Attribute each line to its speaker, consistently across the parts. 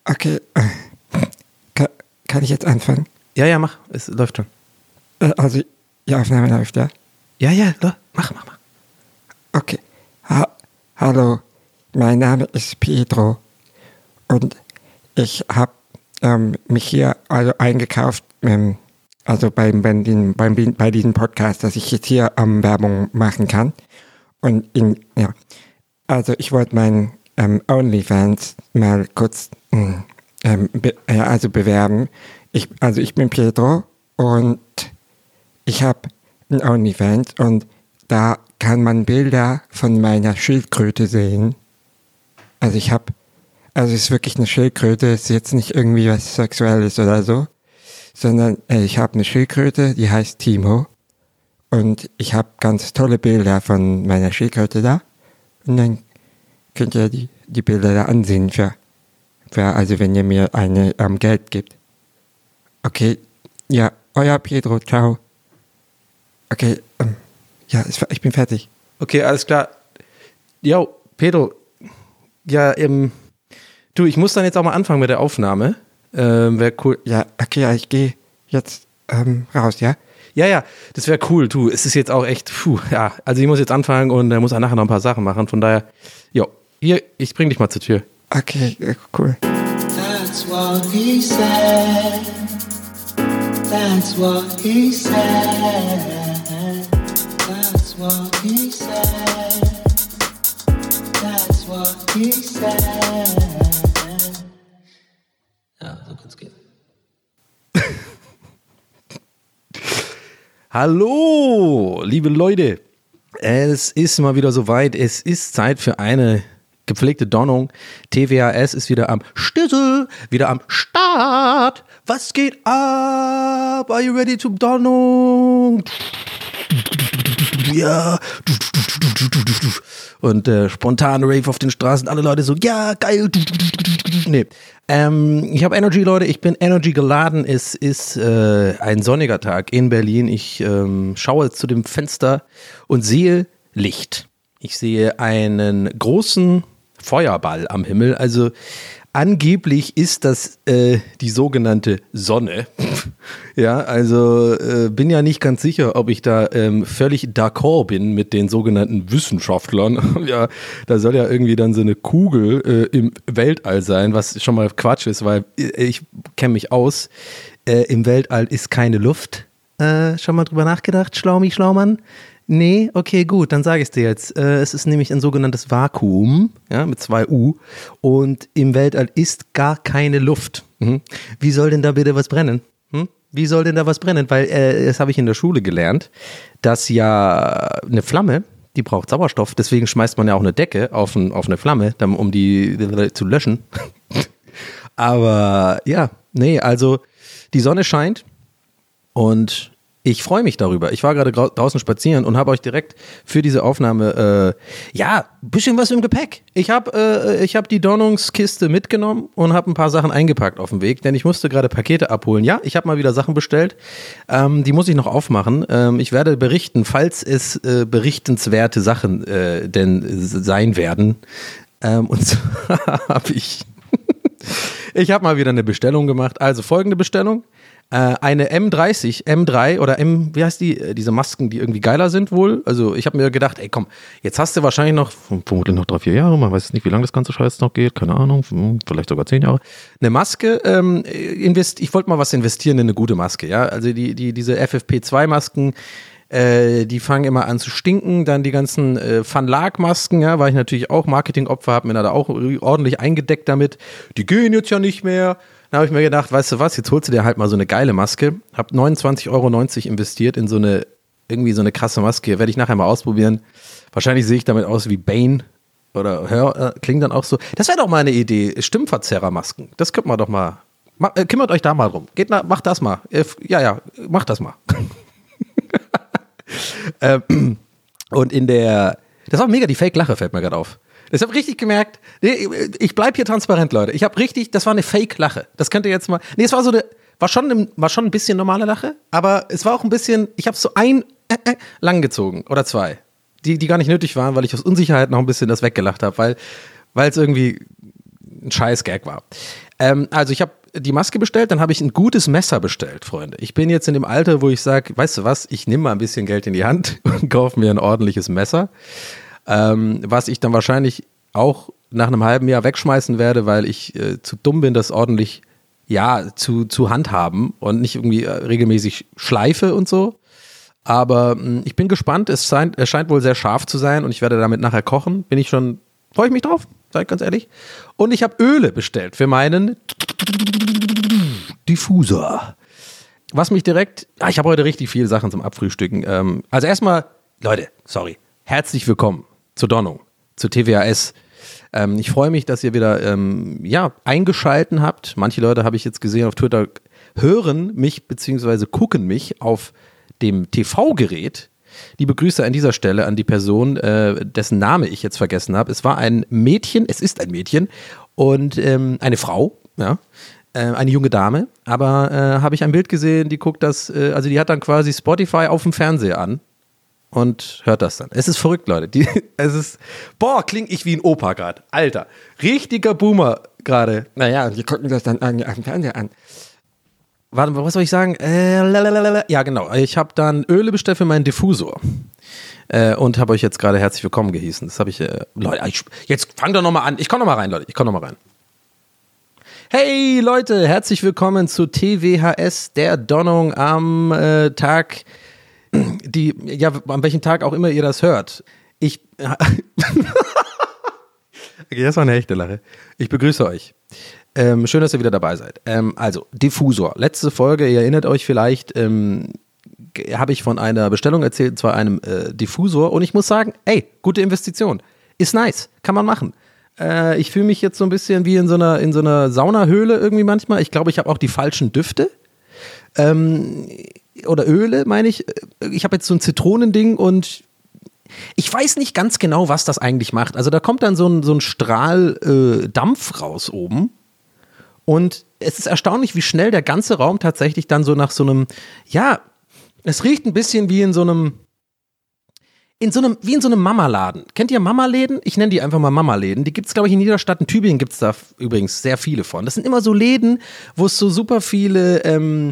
Speaker 1: Okay, kann ich jetzt anfangen?
Speaker 2: Ja, mach. Es läuft schon.
Speaker 1: Also, die Aufnahme läuft, ja?
Speaker 2: Ja, mach.
Speaker 1: Okay. Hallo, mein Name ist Pedro und ich habe mich hier also eingekauft, also bei diesem Podcast, dass ich jetzt hier Werbung machen kann. Und also ich wollte meinen OnlyFans mal kurz bewerben. Ich bin Pedro und ich habe einen OnlyFans und da kann man Bilder von meiner Schildkröte sehen. Also es ist wirklich eine Schildkröte, es ist jetzt nicht irgendwie was Sexuelles oder so, sondern ich habe eine Schildkröte, die heißt Timo und ich habe ganz tolle Bilder von meiner Schildkröte da und dann könnt ihr die Bilder da ansehen also wenn ihr mir eine Geld gibt. Okay, ja, euer Pedro, ciao. Okay, ja, ich bin fertig.
Speaker 2: Okay, alles klar. Jo, Pedro. Ja, du, ich muss dann jetzt auch mal anfangen mit der Aufnahme. Wäre cool.
Speaker 1: Ja, okay, ja, ich gehe jetzt raus, ja?
Speaker 2: Ja, das wäre cool, du. Es ist jetzt auch echt, ja. Also ich muss jetzt anfangen und er muss nachher noch ein paar Sachen machen. Von daher, hier, ich bring dich mal zur Tür.
Speaker 1: Okay, cool.
Speaker 3: That's what he said. That's what he said. That's what he said. That's what he said. Ja, so kann's gehen.
Speaker 2: Hallo, liebe Leute. Es ist mal wieder soweit. Es ist Zeit für eine gepflegte Donnung. TWHS ist wieder am Stissel, wieder am Start. Was geht ab? Are you ready to Donnung? Ja. Und spontane Rave auf den Straßen. Alle Leute so, ja, geil. Nee. Ich habe Energy, Leute. Ich bin Energy geladen. Es ist ein sonniger Tag in Berlin. Ich schaue zu dem Fenster und sehe Licht. Ich sehe einen großen Feuerball am Himmel. Also angeblich ist das die sogenannte Sonne. Ja, also bin ja nicht ganz sicher, ob ich da völlig d'accord bin mit den sogenannten Wissenschaftlern. Ja, da soll ja irgendwie dann so eine Kugel im Weltall sein, was schon mal Quatsch ist, weil ich kenne mich aus. Im Weltall ist keine Luft. Schon mal drüber nachgedacht, Schlaumann? Nee, okay, gut, dann sage ich es dir jetzt. Es ist nämlich ein sogenanntes Vakuum, ja, mit 2 U. Und im Weltall ist gar keine Luft. Wie soll denn da bitte was brennen? Wie soll denn da was brennen? Weil, das habe ich in der Schule gelernt, dass ja eine Flamme, die braucht Sauerstoff. Deswegen schmeißt man ja auch eine Decke auf eine Flamme, um die zu löschen. Aber ja, nee, also die Sonne scheint und ich freue mich darüber. Ich war gerade draußen spazieren und habe euch direkt für diese Aufnahme, ein bisschen was im Gepäck. Ich hab die Donnungskiste mitgenommen und habe ein paar Sachen eingepackt auf dem Weg, denn ich musste gerade Pakete abholen. Ja, ich habe mal wieder Sachen bestellt. Die muss ich noch aufmachen. Ich werde berichten, falls es berichtenswerte Sachen denn sein werden. Und zwar habe ich mal wieder eine Bestellung gemacht. Also folgende Bestellung. Eine M3 oder wie heißt die? Diese Masken, die irgendwie geiler sind wohl. Also ich habe mir gedacht, ey komm, jetzt hast du wahrscheinlich noch, vermutlich noch 3-4 Jahre, man weiß nicht, wie lange das ganze Scheiß noch geht, keine Ahnung, vielleicht sogar 10 Jahre. Eine Maske, ich wollte mal was investieren in eine gute Maske, ja. Also diese FFP2-Masken, die fangen immer an zu stinken, dann die ganzen Van Laak-Masken, ja, war ich natürlich auch Marketingopfer, habe mir da auch ordentlich eingedeckt damit. Die gehen jetzt ja nicht mehr. Dann habe ich mir gedacht, weißt du was, jetzt holst du dir halt mal so eine geile Maske. Hab 29,90 € investiert in so eine krasse Maske. Werde ich nachher mal ausprobieren. Wahrscheinlich sehe ich damit aus wie Bane oder klingt dann auch so. Das wäre doch mal eine Idee. Stimmverzerrermasken. Das könnte man doch mal. Kümmert euch da mal drum. Macht das mal. Macht das mal. Und das war mega die Fake-Lache, fällt mir gerade auf. Ich habe richtig gemerkt, ich bleib hier transparent, Leute. Das war eine Fake-Lache. Das könnt ihr jetzt mal, es war war schon ein bisschen normale Lache, aber es war auch ein bisschen, ich habe so lang gezogen oder 2, die gar nicht nötig waren, weil ich aus Unsicherheit noch ein bisschen das weggelacht habe, weil es irgendwie ein scheiß Gag war. Also ich habe die Maske bestellt, dann habe ich ein gutes Messer bestellt, Freunde. Ich bin jetzt in dem Alter, wo ich sage, weißt du was, ich nehme mal ein bisschen Geld in die Hand und kaufe mir ein ordentliches Messer, was ich dann wahrscheinlich auch nach einem halben Jahr wegschmeißen werde, weil ich zu dumm bin, das ordentlich zu handhaben und nicht irgendwie regelmäßig schleife und so. Aber ich bin gespannt, es scheint wohl sehr scharf zu sein und ich werde damit nachher kochen. Freue ich mich drauf, sag ich ganz ehrlich. Und ich habe Öle bestellt für meinen Diffusor. Was mich direkt, ich habe heute richtig viele Sachen zum Abfrühstücken. Also erstmal, Leute, herzlich willkommen zur Donnung, zur TWAS. Ich freue mich, dass ihr wieder eingeschalten habt. Manche Leute habe ich jetzt gesehen auf Twitter, hören mich bzw. gucken mich auf dem TV-Gerät. Liebe Grüße an dieser Stelle an die Person, dessen Name ich jetzt vergessen habe. Es ist ein Mädchen und eine Frau, ja, eine junge Dame. Aber habe ich ein Bild gesehen, die guckt das, die hat dann quasi Spotify auf dem Fernseher an. Und hört das dann. Es ist verrückt, Leute. Klinge ich wie ein Opa gerade. Alter, richtiger Boomer gerade.
Speaker 1: Naja, und die gucken das dann auf dem Fernseher an.
Speaker 2: Warte, was soll ich sagen? Ja, genau. Ich habe dann Öle bestellt für meinen Diffusor. Und habe euch jetzt gerade herzlich willkommen gehießen. Das habe ich, Leute, jetzt fang doch nochmal an. Ich komme nochmal rein, Leute. Hey, Leute, herzlich willkommen zu TWHS, der Donnung am Tag... an welchem Tag auch immer ihr das hört. Okay, das war eine echte Lache. Ich begrüße euch. Schön, dass ihr wieder dabei seid. Also, Diffusor. Letzte Folge, ihr erinnert euch vielleicht, habe ich von einer Bestellung erzählt, und zwar einem Diffusor. Und ich muss sagen, gute Investition. Ist nice. Kann man machen. Ich fühle mich jetzt so ein bisschen wie in so einer Saunahöhle irgendwie manchmal. Ich glaube, ich habe auch die falschen Düfte. Oder Öle, meine ich. Ich habe jetzt so ein Zitronending und ich weiß nicht ganz genau, was das eigentlich macht. Also da kommt dann so ein Strahl Dampf raus oben und es ist erstaunlich, wie schnell der ganze Raum tatsächlich dann so nach so einem, es riecht ein bisschen wie in so einem Mama-Laden. Kennt ihr Mama-Läden? Ich nenne die einfach mal Mama-Läden. Die gibt es, glaube ich, in jeder Stadt. In Tübingen gibt es da übrigens sehr viele von. Das sind immer so Läden, wo es so super viele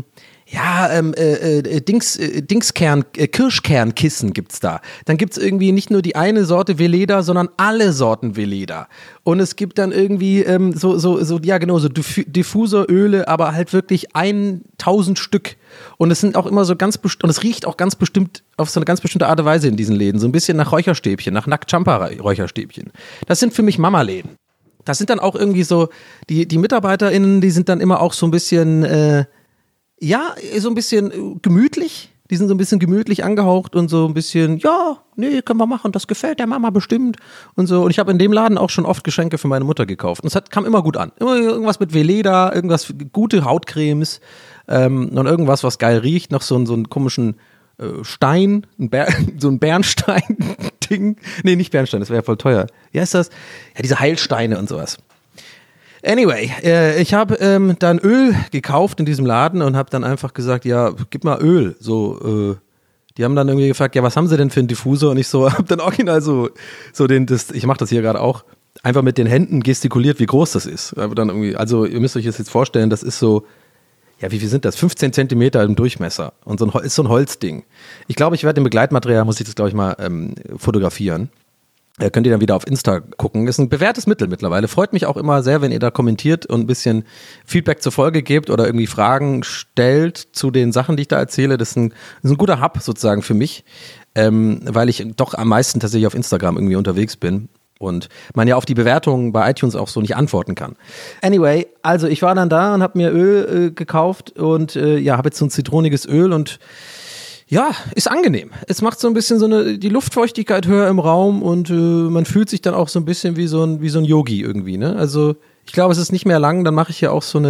Speaker 2: Kirschkernkissen gibt's da. Dann gibt's irgendwie nicht nur die eine Sorte Veleda, sondern alle Sorten Veleda. Und es gibt dann irgendwie so Diffusoröle, aber halt wirklich 1000 Stück. Und es sind auch immer so und es riecht auch ganz bestimmt auf so eine ganz bestimmte Art und Weise in diesen Läden. So ein bisschen nach Räucherstäbchen, nach Nackt-Champa-Räucherstäbchen. Das sind für mich Mama-Läden. Das sind dann auch irgendwie so, die MitarbeiterInnen, die sind dann immer auch so ein bisschen, so ein bisschen gemütlich. Die sind so ein bisschen gemütlich angehaucht und so ein bisschen, können wir machen, das gefällt der Mama bestimmt und so. Und ich habe in dem Laden auch schon oft Geschenke für meine Mutter gekauft. Und es kam immer gut an. Immer irgendwas mit Veleda, irgendwas, gute Hautcremes und irgendwas, was geil riecht. Noch so einen komischen Stein, so ein Bernstein-Ding. Nee, nicht Bernstein, das wäre ja voll teuer. Wie heißt das? Ja, diese Heilsteine und sowas. Anyway, ich habe dann Öl gekauft in diesem Laden und habe dann einfach gesagt, ja, gib mal Öl. Die haben dann irgendwie gefragt, ja, was haben sie denn für einen Diffusor? Und ich habe dann original ich mache das hier gerade auch, einfach mit den Händen gestikuliert, wie groß das ist. Aber dann irgendwie, also ihr müsst euch das jetzt vorstellen, das ist so, wie viel sind das? 15 Zentimeter im Durchmesser und ist so ein Holzding. Ich glaube, ich werde im Begleitmaterial, muss ich das, glaube ich, mal fotografieren. Könnt ihr dann wieder auf Insta gucken. Ist ein bewährtes Mittel mittlerweile. Freut mich auch immer sehr, wenn ihr da kommentiert und ein bisschen Feedback zur Folge gebt oder irgendwie Fragen stellt zu den Sachen, die ich da erzähle. Das ist ein guter Hub sozusagen für mich, weil ich doch am meisten tatsächlich auf Instagram irgendwie unterwegs bin und man ja auf die Bewertungen bei iTunes auch so nicht antworten kann. Anyway, also ich war dann da und habe mir Öl gekauft und habe jetzt so ein zitroniges Öl und ja, ist angenehm. Es macht so ein bisschen die Luftfeuchtigkeit höher im Raum und man fühlt sich dann auch so ein bisschen wie so ein Yogi irgendwie, ne? Also ich glaube, es ist nicht mehr lang, dann mache ich hier auch so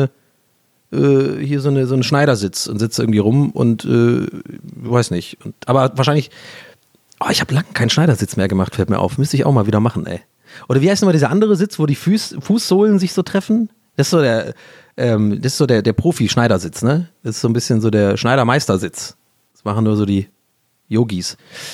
Speaker 2: einen Schneidersitz und sitze irgendwie rum und weiß nicht. Aber wahrscheinlich, ich habe lange keinen Schneidersitz mehr gemacht, fällt mir auf. Müsste ich auch mal wieder machen, ey. Oder wie heißt nochmal dieser andere Sitz, wo die Fußsohlen sich so treffen? Das ist so der Profi-Schneidersitz, ne? Das ist so ein bisschen so der Schneidermeistersitz. Das machen nur so die Yogis.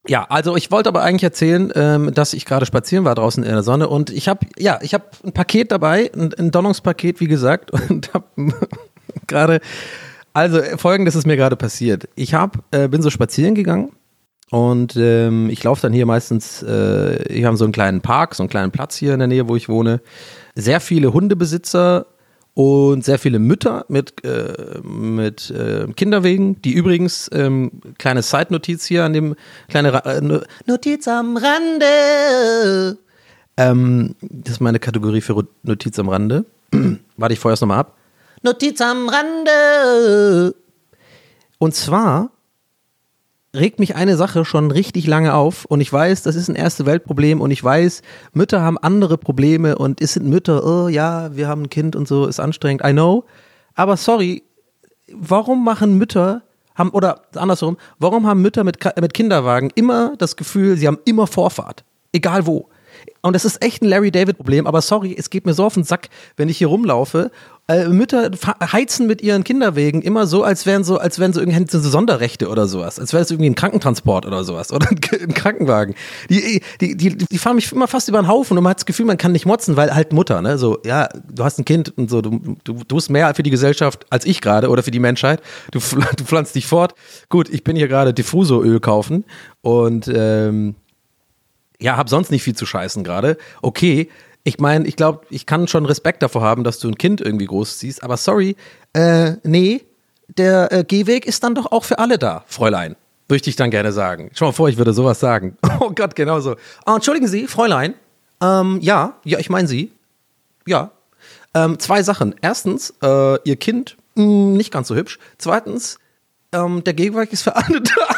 Speaker 2: Ja, also ich wollte aber eigentlich erzählen, dass ich gerade spazieren war draußen in der Sonne und ich habe ein Paket dabei, ein Donnungspaket, wie gesagt, und habe gerade, also Folgendes ist mir gerade passiert. Ich bin so spazieren gegangen und ich laufe dann hier meistens, ich habe so einen kleinen Park, so einen kleinen Platz hier in der Nähe, wo ich wohne. Sehr viele Hundebesitzer und sehr viele Mütter mit Kinderwegen, die übrigens, kleine Side-Notiz hier an dem, Notiz am Rande. Das ist meine Kategorie für Notiz am Rande. Warte, ich feuere es nochmal ab. Notiz am Rande. Und zwar regt mich eine Sache schon richtig lange auf und ich weiß, das ist ein Erste-Welt-Problem und ich weiß, Mütter haben andere Probleme und es sind Mütter, oh ja, wir haben ein Kind und so, ist anstrengend, I know, aber sorry, warum machen Mütter, warum haben Mütter mit Kinderwagen immer das Gefühl, sie haben immer Vorfahrt, egal wo. Und das ist echt ein Larry-David-Problem, aber sorry, es geht mir so auf den Sack, wenn ich hier rumlaufe. Mütter heizen mit ihren Kinderwegen immer so, als wären so irgendwie so Sonderrechte oder sowas. Als wäre es irgendwie ein Krankentransport oder sowas. Oder ein Krankenwagen. Die fahren mich immer fast über den Haufen und man hat das Gefühl, man kann nicht motzen, weil halt Mutter, ne? So, ja, du hast ein Kind und so, du tust mehr für die Gesellschaft als ich gerade oder für die Menschheit. Du pflanzt dich fort. Gut, ich bin hier gerade Diffusoröl kaufen und hab sonst nicht viel zu scheißen gerade. Okay, ich meine, ich glaube, ich kann schon Respekt davor haben, dass du ein Kind irgendwie großziehst, aber sorry, nee, der Gehweg ist dann doch auch für alle da, Fräulein. Möchte ich dann gerne sagen. Schau mal vor, ich würde sowas sagen. Oh Gott, genau so. Oh, entschuldigen Sie, Fräulein. Ja, ich meine Sie. Ja. 2 Sachen. Erstens, Ihr Kind, nicht ganz so hübsch. Zweitens, der Gehweg ist für alle da.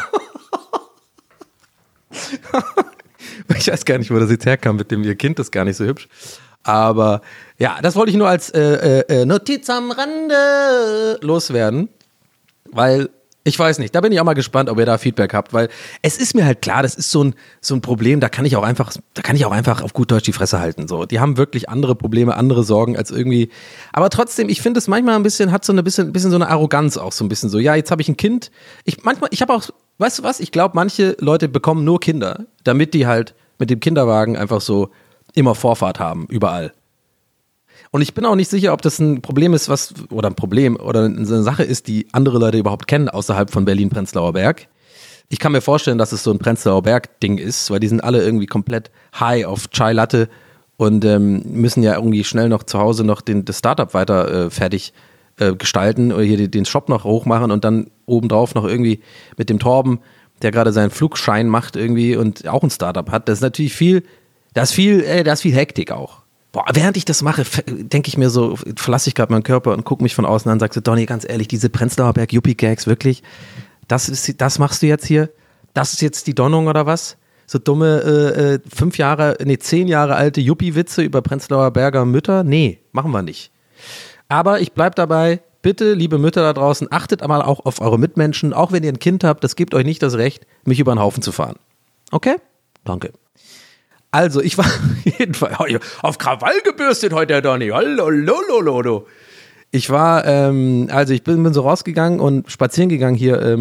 Speaker 2: Ich weiß gar nicht, wo das jetzt herkam, mit dem ihr Kind ist gar nicht so hübsch. Aber ja, das wollte ich nur als Notiz am Rande loswerden, weil ich weiß nicht, da bin ich auch mal gespannt, ob ihr da Feedback habt, weil es ist mir halt klar, das ist so ein Problem, da kann ich auch einfach auf gut Deutsch die Fresse halten. So, die haben wirklich andere Probleme, andere Sorgen als irgendwie. Aber trotzdem, ich finde es manchmal ein bisschen, hat so ein bisschen so eine Arroganz auch so ein bisschen so. Ja, jetzt habe ich ein Kind. Ich habe auch, weißt du was? Ich glaube, manche Leute bekommen nur Kinder, damit die halt mit dem Kinderwagen einfach so immer Vorfahrt haben, überall. Und ich bin auch nicht sicher, ob das ein Problem ist, oder eine Sache ist, die andere Leute überhaupt kennen, außerhalb von Berlin-Prenzlauer Berg. Ich kann mir vorstellen, dass es so ein Prenzlauer Berg-Ding ist, weil die sind alle irgendwie komplett high auf Chai Latte und müssen ja irgendwie schnell noch zu Hause noch das Startup weiter fertig gestalten oder hier den Shop noch hochmachen und dann obendrauf noch irgendwie mit dem Torben, der gerade seinen Flugschein macht irgendwie und auch ein Startup hat. Das ist natürlich da ist viel Hektik auch. Boah, während ich das mache, denke ich mir so, verlasse ich gerade meinen Körper und gucke mich von außen an und sage so, Donny, ganz ehrlich, diese Prenzlauer Berg-Yuppie-Gags, wirklich, das machst du jetzt hier? Das ist jetzt die Donnung oder was? So dumme 10 Jahre alte Yuppie-Witze über Prenzlauer Berger Mütter? Nee, machen wir nicht. Aber ich bleib dabei, bitte, liebe Mütter da draußen, achtet einmal auch auf eure Mitmenschen, auch wenn ihr ein Kind habt, das gibt euch nicht das Recht, mich über den Haufen zu fahren. Okay? Danke. Also, ich war jedenfalls auf Krawall gebürstet heute, Herr Donny. Hallo. Ich war, ich bin so rausgegangen und spazieren gegangen hier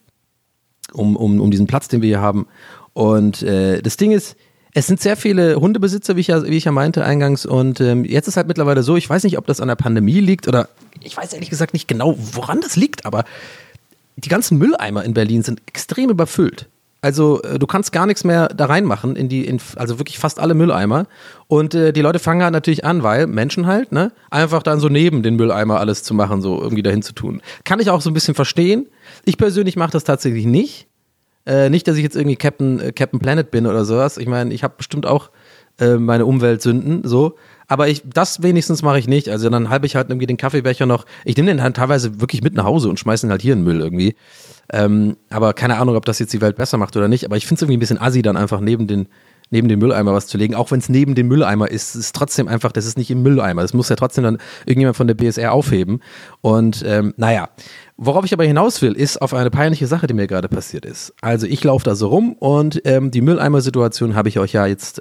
Speaker 2: um diesen Platz, den wir hier haben. Und das Ding ist, es sind sehr viele Hundebesitzer, wie ich ja meinte eingangs. Und jetzt ist halt mittlerweile so, ich weiß nicht, ob das an der Pandemie liegt oder ich weiß ehrlich gesagt nicht genau, woran das liegt, aber die ganzen Mülleimer in Berlin sind extrem überfüllt. Also du kannst gar nichts mehr da reinmachen also wirklich fast alle Mülleimer und die Leute fangen halt natürlich an, weil Menschen halt, ne, einfach dann so neben den Mülleimer alles zu machen, so irgendwie dahin zu tun. Kann ich auch so ein bisschen verstehen. Ich persönlich mache das tatsächlich nicht. Nicht, dass ich jetzt irgendwie Captain Planet bin oder sowas. Ich meine, ich habe bestimmt auch meine Umweltsünden, so. Aber das wenigstens mache ich nicht. Also dann halte ich halt irgendwie den Kaffeebecher noch. Ich nehme den halt teilweise wirklich mit nach Hause und schmeiße ihn halt hier in den Müll irgendwie. Aber keine Ahnung, ob das jetzt die Welt besser macht oder nicht. Aber ich finde es irgendwie ein bisschen assi, dann einfach neben den Mülleimer was zu legen. Auch wenn es neben dem Mülleimer ist, ist trotzdem einfach, das ist nicht im Mülleimer. Das muss ja trotzdem dann irgendjemand von der BSR aufheben. Und naja, worauf ich aber hinaus will, ist auf eine peinliche Sache, die mir gerade passiert ist. Also ich laufe da so rum und die Mülleimer-Situation habe ich euch ja jetzt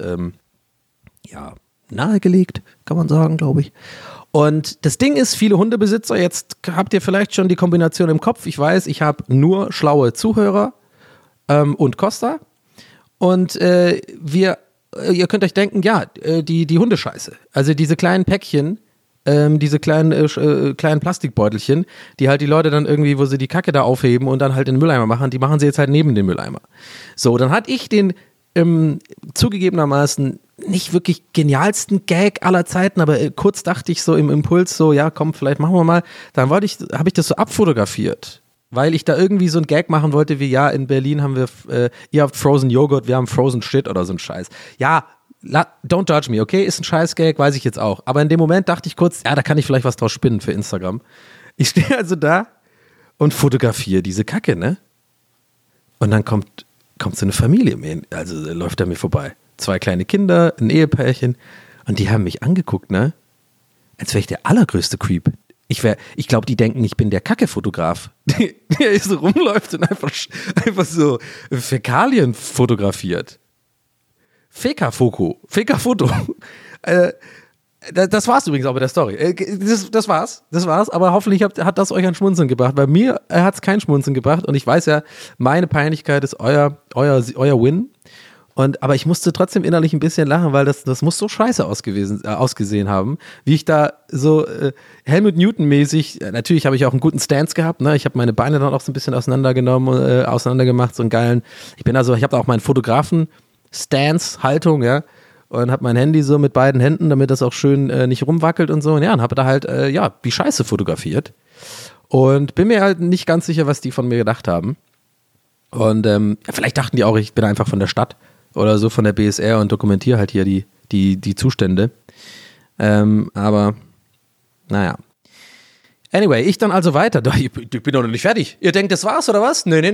Speaker 2: nahegelegt, kann man sagen, glaube ich. Und das Ding ist, viele Hundebesitzer, jetzt habt ihr vielleicht schon die Kombination im Kopf. Ich weiß, ich habe nur schlaue Zuhörer und Costa. Und ihr könnt euch denken, ja, die Hundescheiße. Also diese kleinen Päckchen, diese kleinen Plastikbeutelchen, die halt die Leute dann irgendwie, wo sie die Kacke da aufheben und dann halt in den Mülleimer machen, die machen sie jetzt halt neben den Mülleimer. So, dann hatte ich den zugegebenermaßen nicht wirklich genialsten Gag aller Zeiten, aber kurz dachte ich so im Impuls so, ja komm, vielleicht machen wir mal. Dann habe ich das so abfotografiert, weil ich da irgendwie so ein Gag machen wollte wie, ja, in Berlin haben wir, ihr habt Frozen Joghurt, wir haben Frozen Shit oder so ein Scheiß. Ja, don't judge me, okay, ist ein Scheiß-Gag, weiß ich jetzt auch. Aber in dem Moment dachte ich kurz, ja, da kann ich vielleicht was draus spinnen für Instagram. Ich stehe also da und fotografiere diese Kacke, ne? Und dann kommt so eine Familie, also läuft er mir vorbei. 2 kleine Kinder, ein Ehepärchen und die haben mich angeguckt, ne? Als wäre ich der allergrößte Creep. Ich glaube, die denken, ich bin der Kacke-Fotograf, der so rumläuft und einfach so Fäkalien fotografiert. Feka-Foto. Das war's übrigens auch mit der Story. Das war's, aber hoffentlich hat das euch ein Schmunzeln gebracht. Bei mir hat es kein Schmunzeln gebracht und ich weiß ja, meine Peinlichkeit ist euer Win. Aber ich musste trotzdem innerlich ein bisschen lachen, weil das muss so scheiße ausgesehen haben, wie ich da so Helmut Newton-mäßig, natürlich habe ich auch einen guten Stance gehabt, ne? Ich habe meine Beine dann auch so ein bisschen auseinandergemacht, so einen geilen, ich habe da auch meinen Fotografen-Stance-Haltung, ja, und habe mein Handy so mit beiden Händen, damit das auch schön nicht rumwackelt und so, und ja, und habe da halt, wie Scheiße fotografiert und bin mir halt nicht ganz sicher, was die von mir gedacht haben und vielleicht dachten die auch, ich bin einfach von der Stadt oder so, von der BSR und dokumentiere halt hier die Zustände. Aber, naja. Anyway, ich dann also weiter. Ich bin doch noch nicht fertig. Ihr denkt, das war's, oder was? Nee.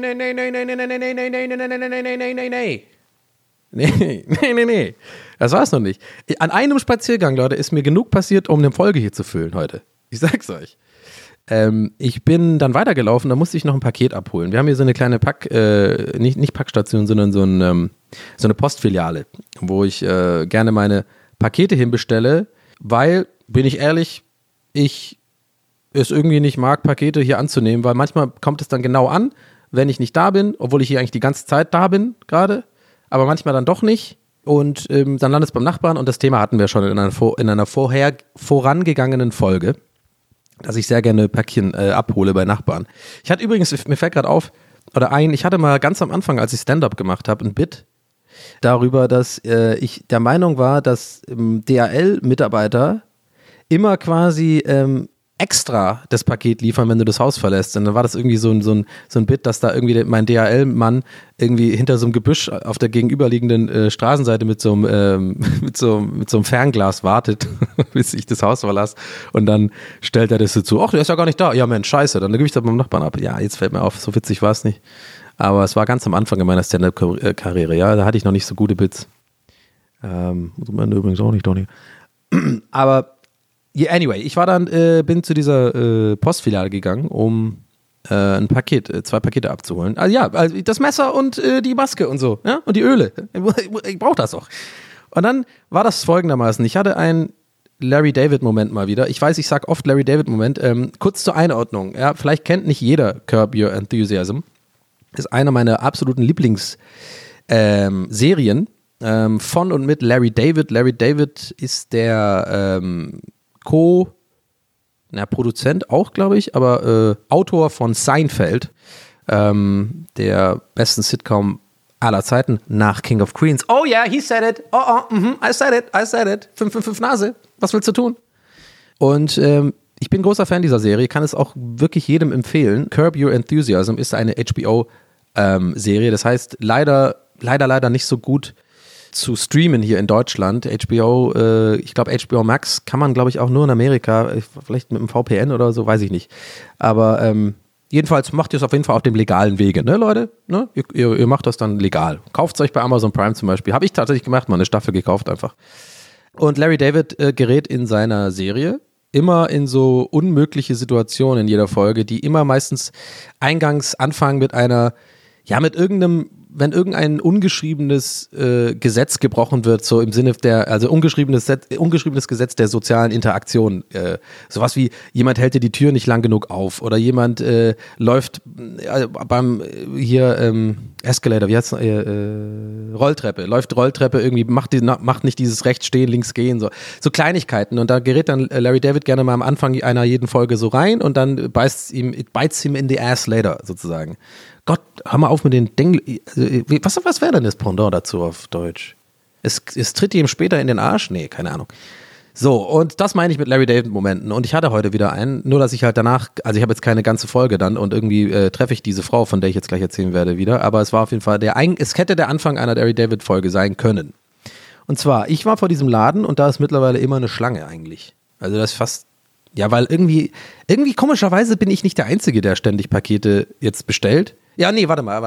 Speaker 2: Das war's noch nicht. An einem Spaziergang, Leute, ist mir genug passiert, um eine Folge hier zu füllen heute. Ich sag's euch. Ich bin dann weitergelaufen, da musste ich noch ein Paket abholen. Wir haben hier so eine kleine nicht Packstation, sondern so eine Postfiliale, wo ich gerne meine Pakete hinbestelle, weil, bin ich ehrlich, ich es irgendwie nicht mag, Pakete hier anzunehmen, weil manchmal kommt es dann genau an, wenn ich nicht da bin, obwohl ich hier eigentlich die ganze Zeit da bin gerade, aber manchmal dann doch nicht. Und dann landet es beim Nachbarn und das Thema hatten wir schon in einer vorangegangenen Folge, dass ich sehr gerne Päckchen abhole bei Nachbarn. Ich hatte übrigens, mir fällt gerade auf, ich hatte mal ganz am Anfang, als ich Stand-Up gemacht habe, ein Bit darüber, dass ich der Meinung war, dass DHL-Mitarbeiter immer quasi extra das Paket liefern, wenn du das Haus verlässt. Und dann war das irgendwie so ein Bit, dass da irgendwie mein DHL-Mann irgendwie hinter so einem Gebüsch auf der gegenüberliegenden Straßenseite mit so einem Fernglas wartet, bis ich das Haus verlasse. Und dann stellt er das so zu, ach, der ist ja gar nicht da. Ja, Mensch, scheiße, dann gebe ich das beim Nachbarn ab. Ja, jetzt fällt mir auf, so witzig war es nicht. Aber es war ganz am Anfang in meiner Stand-Up-Karriere, ja, da hatte ich noch nicht so gute Bits. Muss man übrigens auch nicht, Donny. Aber yeah, anyway, ich war dann, bin zu dieser Postfiliale gegangen, um 2 Pakete abzuholen. Also ja, also das Messer und die Maske und so, ja, und die Öle. Ich brauche das auch. Und dann war das folgendermaßen. Ich hatte einen Larry David-Moment mal wieder. Ich weiß, ich sag oft Larry David-Moment. Kurz zur Einordnung. Ja, vielleicht kennt nicht jeder Curb Your Enthusiasm. Ist einer meiner absoluten Lieblingsserien von und mit Larry David. Larry David ist der Produzent auch, glaube ich, aber Autor von Seinfeld, der besten Sitcom aller Zeiten nach King of Queens. Oh yeah, he said it. I said it. 555 Nase. Was willst du tun? Und ich bin großer Fan dieser Serie, kann es auch wirklich jedem empfehlen. Curb Your Enthusiasm ist eine HBO-Serie, das heißt leider nicht so gut zu streamen hier in Deutschland. HBO, ich glaube HBO Max kann man, glaube ich, auch nur in Amerika, vielleicht mit einem VPN oder so, weiß ich nicht. Aber jedenfalls macht ihr es auf jeden Fall auf dem legalen Wege, ne, Leute? Ne? Ihr macht das dann legal. Kauft es euch bei Amazon Prime zum Beispiel. Habe ich tatsächlich gemacht, mal eine Staffel gekauft einfach. Und Larry David gerät in seiner Serie immer in so unmögliche Situationen in jeder Folge, die immer meistens eingangs anfangen mit irgendeinem wenn irgendein ungeschriebenes Gesetz gebrochen wird, so im Sinne also ungeschriebenes Gesetz der sozialen Interaktion. Sowas wie, jemand hält dir die Tür nicht lang genug auf oder jemand läuft beim Escalator, wie heißt Rolltreppe, läuft Rolltreppe irgendwie, macht nicht dieses rechts stehen, links gehen, so Kleinigkeiten. Und da gerät dann Larry David gerne mal am Anfang einer jeden Folge so rein und dann it bites him in the ass later, sozusagen. Gott, hör mal auf mit den was wäre denn das Pendant dazu auf Deutsch? Es tritt ihm später in den Arsch? Nee, keine Ahnung. So, und das meine ich mit Larry David-Momenten. Und ich hatte heute wieder einen, nur dass ich halt danach, also ich habe jetzt keine ganze Folge dann und irgendwie treffe ich diese Frau, von der ich jetzt gleich erzählen werde, wieder. Aber es war auf jeden Fall es hätte der Anfang einer Larry David-Folge sein können. Und zwar, ich war vor diesem Laden und da ist mittlerweile immer eine Schlange eigentlich. Also das ist fast, ja, weil irgendwie komischerweise bin ich nicht der Einzige, der ständig Pakete jetzt bestellt. Ja, nee, warte mal.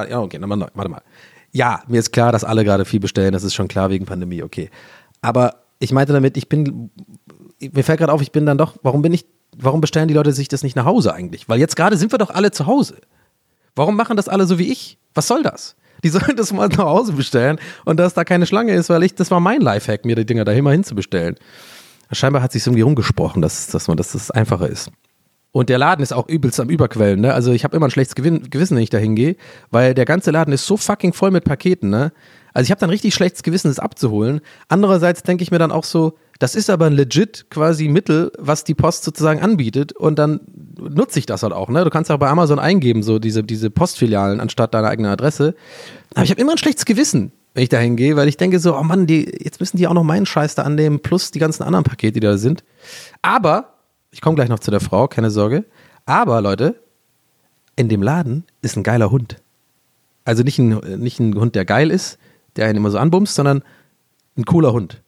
Speaker 2: Ja, mir ist klar, dass alle gerade viel bestellen, das ist schon klar wegen Pandemie, okay. Aber ich meinte damit, mir fällt gerade auf, ich bin dann doch, warum bestellen die Leute sich das nicht nach Hause eigentlich? Weil jetzt gerade sind wir doch alle zu Hause. Warum machen das alle so wie ich? Was soll das? Die sollen das mal nach Hause bestellen und dass da keine Schlange ist, weil das war mein Lifehack, mir die Dinger da immer hinzubestellen. Scheinbar hat sich irgendwie rumgesprochen, dass das einfacher ist. Und der Laden ist auch übelst am Überquellen, ne? Also ich habe immer ein schlechtes Gewissen, wenn ich da hingehe, weil der ganze Laden ist so fucking voll mit Paketen, ne? Also ich habe dann richtig schlechtes Gewissen, das abzuholen. Andererseits denke ich mir dann auch so, das ist aber ein legit quasi Mittel, was die Post sozusagen anbietet und dann nutze ich das halt auch, ne? Du kannst auch bei Amazon eingeben, so diese Postfilialen anstatt deiner eigenen Adresse. Aber ich habe immer ein schlechtes Gewissen, wenn ich da hingehe, weil ich denke so, oh Mann, jetzt müssen die auch noch meinen Scheiß da annehmen, plus die ganzen anderen Pakete, die da sind. Aber ich komme gleich noch zu der Frau, keine Sorge. Aber, Leute, in dem Laden ist ein geiler Hund. Also nicht ein Hund, der geil ist, der einen immer so anbumst, sondern ein cooler Hund.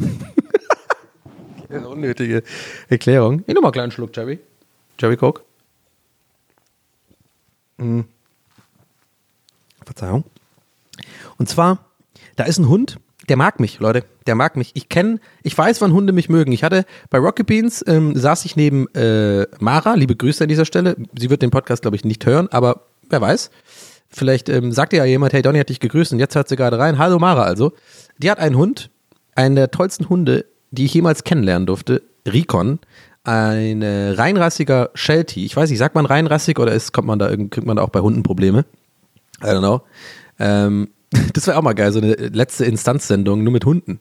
Speaker 2: Eine unnötige Erklärung. Ich nehme mal einen kleinen Schluck, Jerry. Jerry Coke. Verzeihung. Und zwar, da ist ein Hund, der mag mich, Leute. Der mag mich. Ich weiß, wann Hunde mich mögen. Ich hatte bei Rocket Beans, saß ich neben Mara, liebe Grüße an dieser Stelle. Sie wird den Podcast, glaube ich, nicht hören, aber wer weiß. Vielleicht sagt ja jemand, hey, Donny hat dich gegrüßt und jetzt hört sie gerade rein. Hallo Mara also. Die hat einen Hund, einen der tollsten Hunde, die ich jemals kennenlernen durfte. Rikon. Ein reinrassiger Sheltie. Ich weiß nicht, sagt man reinrassig oder kriegt man da auch bei Hunden Probleme? I don't know. Das wäre auch mal geil, so eine letzte Instanzsendung nur mit Hunden.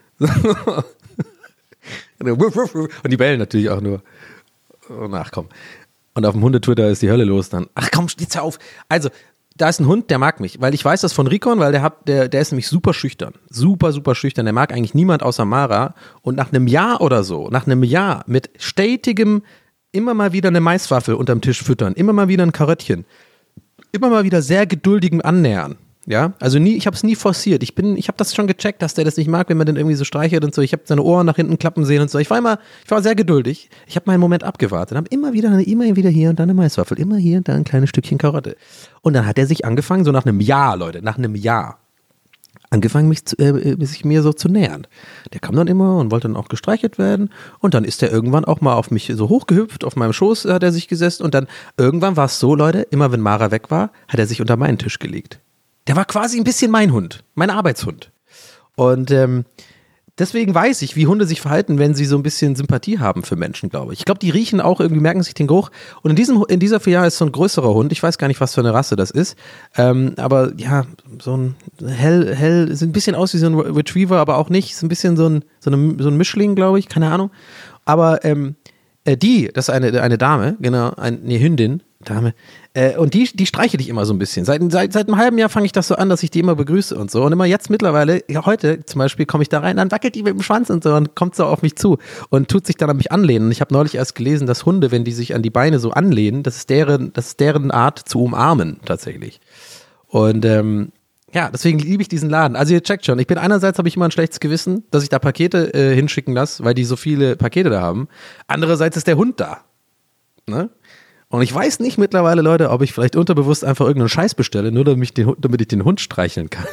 Speaker 2: Und die bellen natürlich auch nur. Ach komm. Und auf dem Hundetwitter ist die Hölle los dann. Ach komm, jetzt hör auf. Also, da ist ein Hund, der mag mich, weil ich weiß das von Rikon, weil der ist nämlich super schüchtern. Super, super schüchtern. Der mag eigentlich niemand außer Mara. Und nach einem Jahr oder so, mit stetigem, immer mal wieder eine Maiswaffel unterm Tisch füttern, immer mal wieder ein Karöttchen, immer mal wieder sehr geduldigem Annähern. Ja, also ich habe es nie forciert. Ich habe das schon gecheckt, dass der das nicht mag, wenn man den irgendwie so streichelt und so. Ich habe seine Ohren nach hinten klappen sehen und so. Ich war sehr geduldig. Ich habe meinen Moment abgewartet. Habe immer wieder hier und da eine Maiswaffel, immer hier und da ein kleines Stückchen Karotte. Und dann hat er sich angefangen, so nach einem Jahr, Leute, angefangen, sich mir so zu nähern. Der kam dann immer und wollte dann auch gestreichelt werden. Und dann ist er irgendwann auch mal auf mich so hochgehüpft, auf meinem Schoß hat er sich gesessen. Und dann irgendwann war es so, Leute, immer wenn Mara weg war, hat er sich unter meinen Tisch gelegt. Der war quasi ein bisschen mein Hund, mein Arbeitshund. Und deswegen weiß ich, wie Hunde sich verhalten, wenn sie so ein bisschen Sympathie haben für Menschen, glaube ich. Ich glaube, die riechen auch irgendwie, merken sich den Geruch. Und in dieser Filiale ist so ein größerer Hund. Ich weiß gar nicht, was für eine Rasse das ist. Aber ja, so ein hell, sieht ein bisschen aus wie so ein Retriever, aber auch nicht. Ist ein bisschen so ein Mischling, glaube ich, keine Ahnung. Aber das ist eine Dame, genau, eine Hündin, Dame. Und die streiche ich immer so ein bisschen. Seit einem halben Jahr fange ich das so an, dass ich die immer begrüße und so. Und immer jetzt mittlerweile, ja, heute zum Beispiel, komme ich da rein, dann wackelt die mit dem Schwanz und so und kommt so auf mich zu und tut sich dann an mich anlehnen. Und ich habe neulich erst gelesen, dass Hunde, wenn die sich an die Beine so anlehnen, das ist deren Art zu umarmen tatsächlich. Und ja, deswegen liebe ich diesen Laden. Also ihr checkt schon, einerseits habe ich immer ein schlechtes Gewissen, dass ich da Pakete hinschicken lasse, weil die so viele Pakete da haben. Andererseits ist der Hund da. Ne? Und ich weiß nicht mittlerweile, Leute, ob ich vielleicht unterbewusst einfach irgendeinen Scheiß bestelle, nur damit ich den Hund streicheln kann.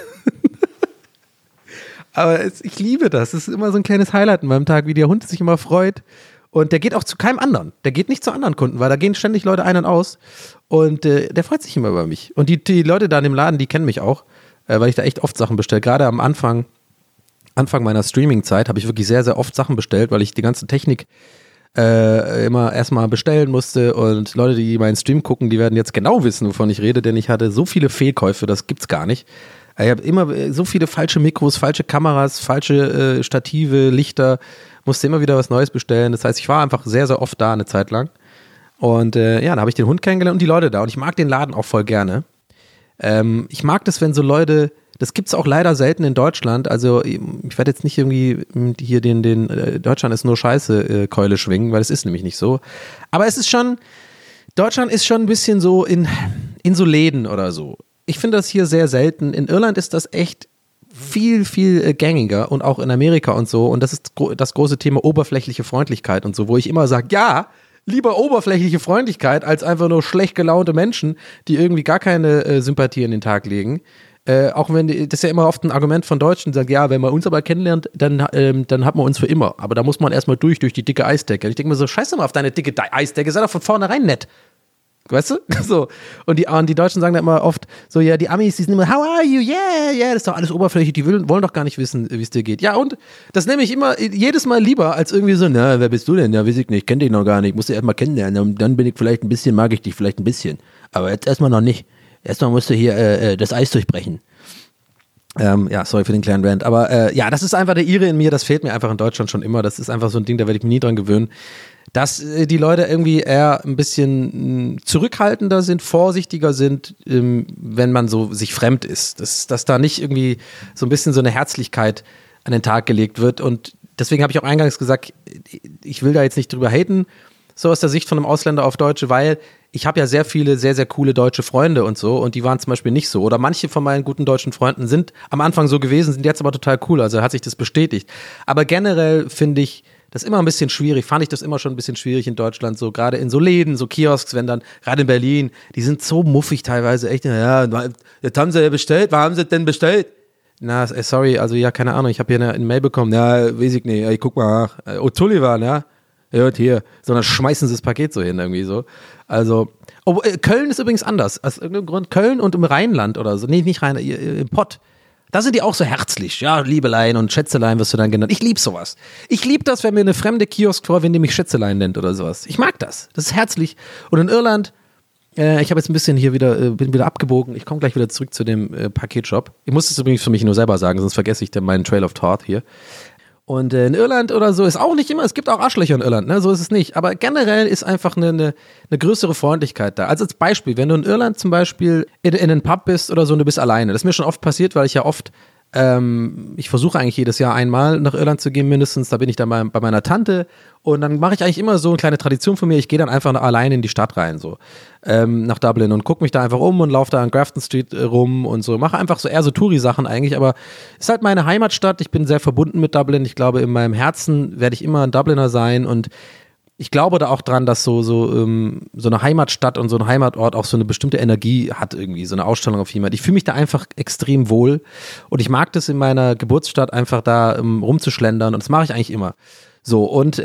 Speaker 2: Aber ich liebe das. Es ist immer so ein kleines Highlight in meinem Tag, wie der Hund sich immer freut. Und der geht auch zu keinem anderen. Der geht nicht zu anderen Kunden, weil da gehen ständig Leute ein und aus. Und der freut sich immer über mich. Und die Leute da in dem Laden, die kennen mich auch. weil ich da echt oft Sachen bestelle. Gerade am Anfang meiner Streaming-Zeit habe ich wirklich sehr, sehr oft Sachen bestellt, weil ich die ganze Technik immer erstmal bestellen musste und Leute, die meinen Stream gucken, die werden jetzt genau wissen, wovon ich rede, denn ich hatte so viele Fehlkäufe, das gibt's gar nicht. Ich habe immer so viele falsche Mikros, falsche Kameras, falsche Stative, Lichter, musste immer wieder was Neues bestellen. Das heißt, ich war einfach sehr, sehr oft da eine Zeit lang. Und da habe ich den Hund kennengelernt und die Leute da. Und ich mag den Laden auch voll gerne. Ich mag das, wenn so Leute, das gibt's auch leider selten in Deutschland. Also ich werde jetzt nicht irgendwie hier den Deutschland ist nur Scheiße Keule schwingen, weil es ist nämlich nicht so. Aber es ist schon, Deutschland ist schon ein bisschen so in so Läden oder so. Ich finde das hier sehr selten. In Irland ist das echt viel, viel gängiger und auch in Amerika und so. Und das ist das große Thema oberflächliche Freundlichkeit und so, wo ich immer sage, ja, lieber oberflächliche Freundlichkeit als einfach nur schlecht gelaunte Menschen, die irgendwie gar keine Sympathie an den Tag legen. Auch wenn, das ist ja immer oft ein Argument von Deutschen, die sagen, ja, wenn man uns aber kennenlernt, dann hat man uns für immer. Aber da muss man erstmal durch die dicke Eisdecke. Und ich denke mir so, scheiß doch mal auf deine dicke Eisdecke, sei doch von vornherein nett. Weißt du? So. Und die Deutschen sagen dann immer oft so, ja, die Amis, die sind immer, how are you? Yeah, das ist doch alles oberflächlich, die wollen doch gar nicht wissen, wie es dir geht. Ja, und das nehme ich immer jedes Mal lieber, als irgendwie so, na, wer bist du denn? Ja, weiß ich nicht, kenn dich noch gar nicht, musst du erst mal kennenlernen, und dann bin ich vielleicht ein bisschen, mag ich dich vielleicht ein bisschen. Aber jetzt erstmal noch nicht. Erstmal musst du hier das Eis durchbrechen. Sorry für den kleinen Rant, aber das ist einfach der Ire in mir, das fehlt mir einfach in Deutschland schon immer, das ist einfach so ein Ding, da werde ich mich nie dran gewöhnen, dass die Leute irgendwie eher ein bisschen zurückhaltender sind, vorsichtiger sind, wenn man so sich fremd ist, dass da nicht irgendwie so ein bisschen so eine Herzlichkeit an den Tag gelegt wird und deswegen habe ich auch eingangs gesagt, ich will da jetzt nicht drüber haten, so aus der Sicht von einem Ausländer auf Deutsche, weil ich habe ja sehr viele, sehr, sehr coole deutsche Freunde und so und die waren zum Beispiel nicht so. Oder manche von meinen guten deutschen Freunden sind am Anfang so gewesen, sind jetzt aber total cool, also hat sich das bestätigt. Aber generell finde ich das immer ein bisschen schwierig, fand ich das immer schon ein bisschen schwierig in Deutschland, so gerade in so Läden, so Kiosks, wenn dann, gerade in Berlin, die sind so muffig teilweise, echt, ja, jetzt haben sie ja bestellt, wann haben sie denn bestellt? Na, sorry, also ja, keine Ahnung, ich habe hier eine Mail bekommen, ja, weiß ich nicht, ich guck mal nach, Tullivan, ja. Hört hier, sondern schmeißen sie das Paket so hin irgendwie so. Also, Köln ist übrigens anders. Aus irgendeinem Grund Köln und im Rheinland oder so. Nee, nicht Rheinland, im Pott. Da sind die auch so herzlich. Ja, Liebelein und Schätzelein wirst du dann genannt. Ich lieb sowas. Ich lieb das, wenn mir eine fremde Kiosk vorwindet, die mich Schätzelein nennt oder sowas. Ich mag das. Das ist herzlich. Und in Irland, ich habe jetzt ein bisschen hier bin wieder abgebogen. Ich komme gleich wieder zurück zu dem Paketshop. Ich muss das übrigens für mich nur selber sagen, sonst vergesse ich dann meinen Trail of Thought hier. Und in Irland oder so ist auch nicht immer, es gibt auch Arschlöcher in Irland, ne? So ist es nicht. Aber generell ist einfach eine größere Freundlichkeit da. Also als Beispiel, wenn du in Irland zum Beispiel in einen Pub bist oder so und du bist alleine. Das ist mir schon oft passiert, weil ich ja oft, ich versuche eigentlich jedes Jahr einmal nach Irland zu gehen mindestens. Da bin ich dann bei meiner Tante und dann mache ich eigentlich immer so eine kleine Tradition von mir. Ich gehe dann einfach alleine in die Stadt rein, so nach Dublin und gucke mich da einfach um und laufe da an Grafton Street rum und so. Mache einfach so eher so Touri-Sachen eigentlich, aber ist halt meine Heimatstadt. Ich bin sehr verbunden mit Dublin. Ich glaube, in meinem Herzen werde ich immer ein Dubliner sein und ich glaube da auch dran, dass so eine Heimatstadt und so ein Heimatort auch so eine bestimmte Energie hat irgendwie, so eine Ausstellung auf jemand. Ich fühle mich da einfach extrem wohl und ich mag das in meiner Geburtsstadt einfach da rumzuschlendern und das mache ich eigentlich immer. So und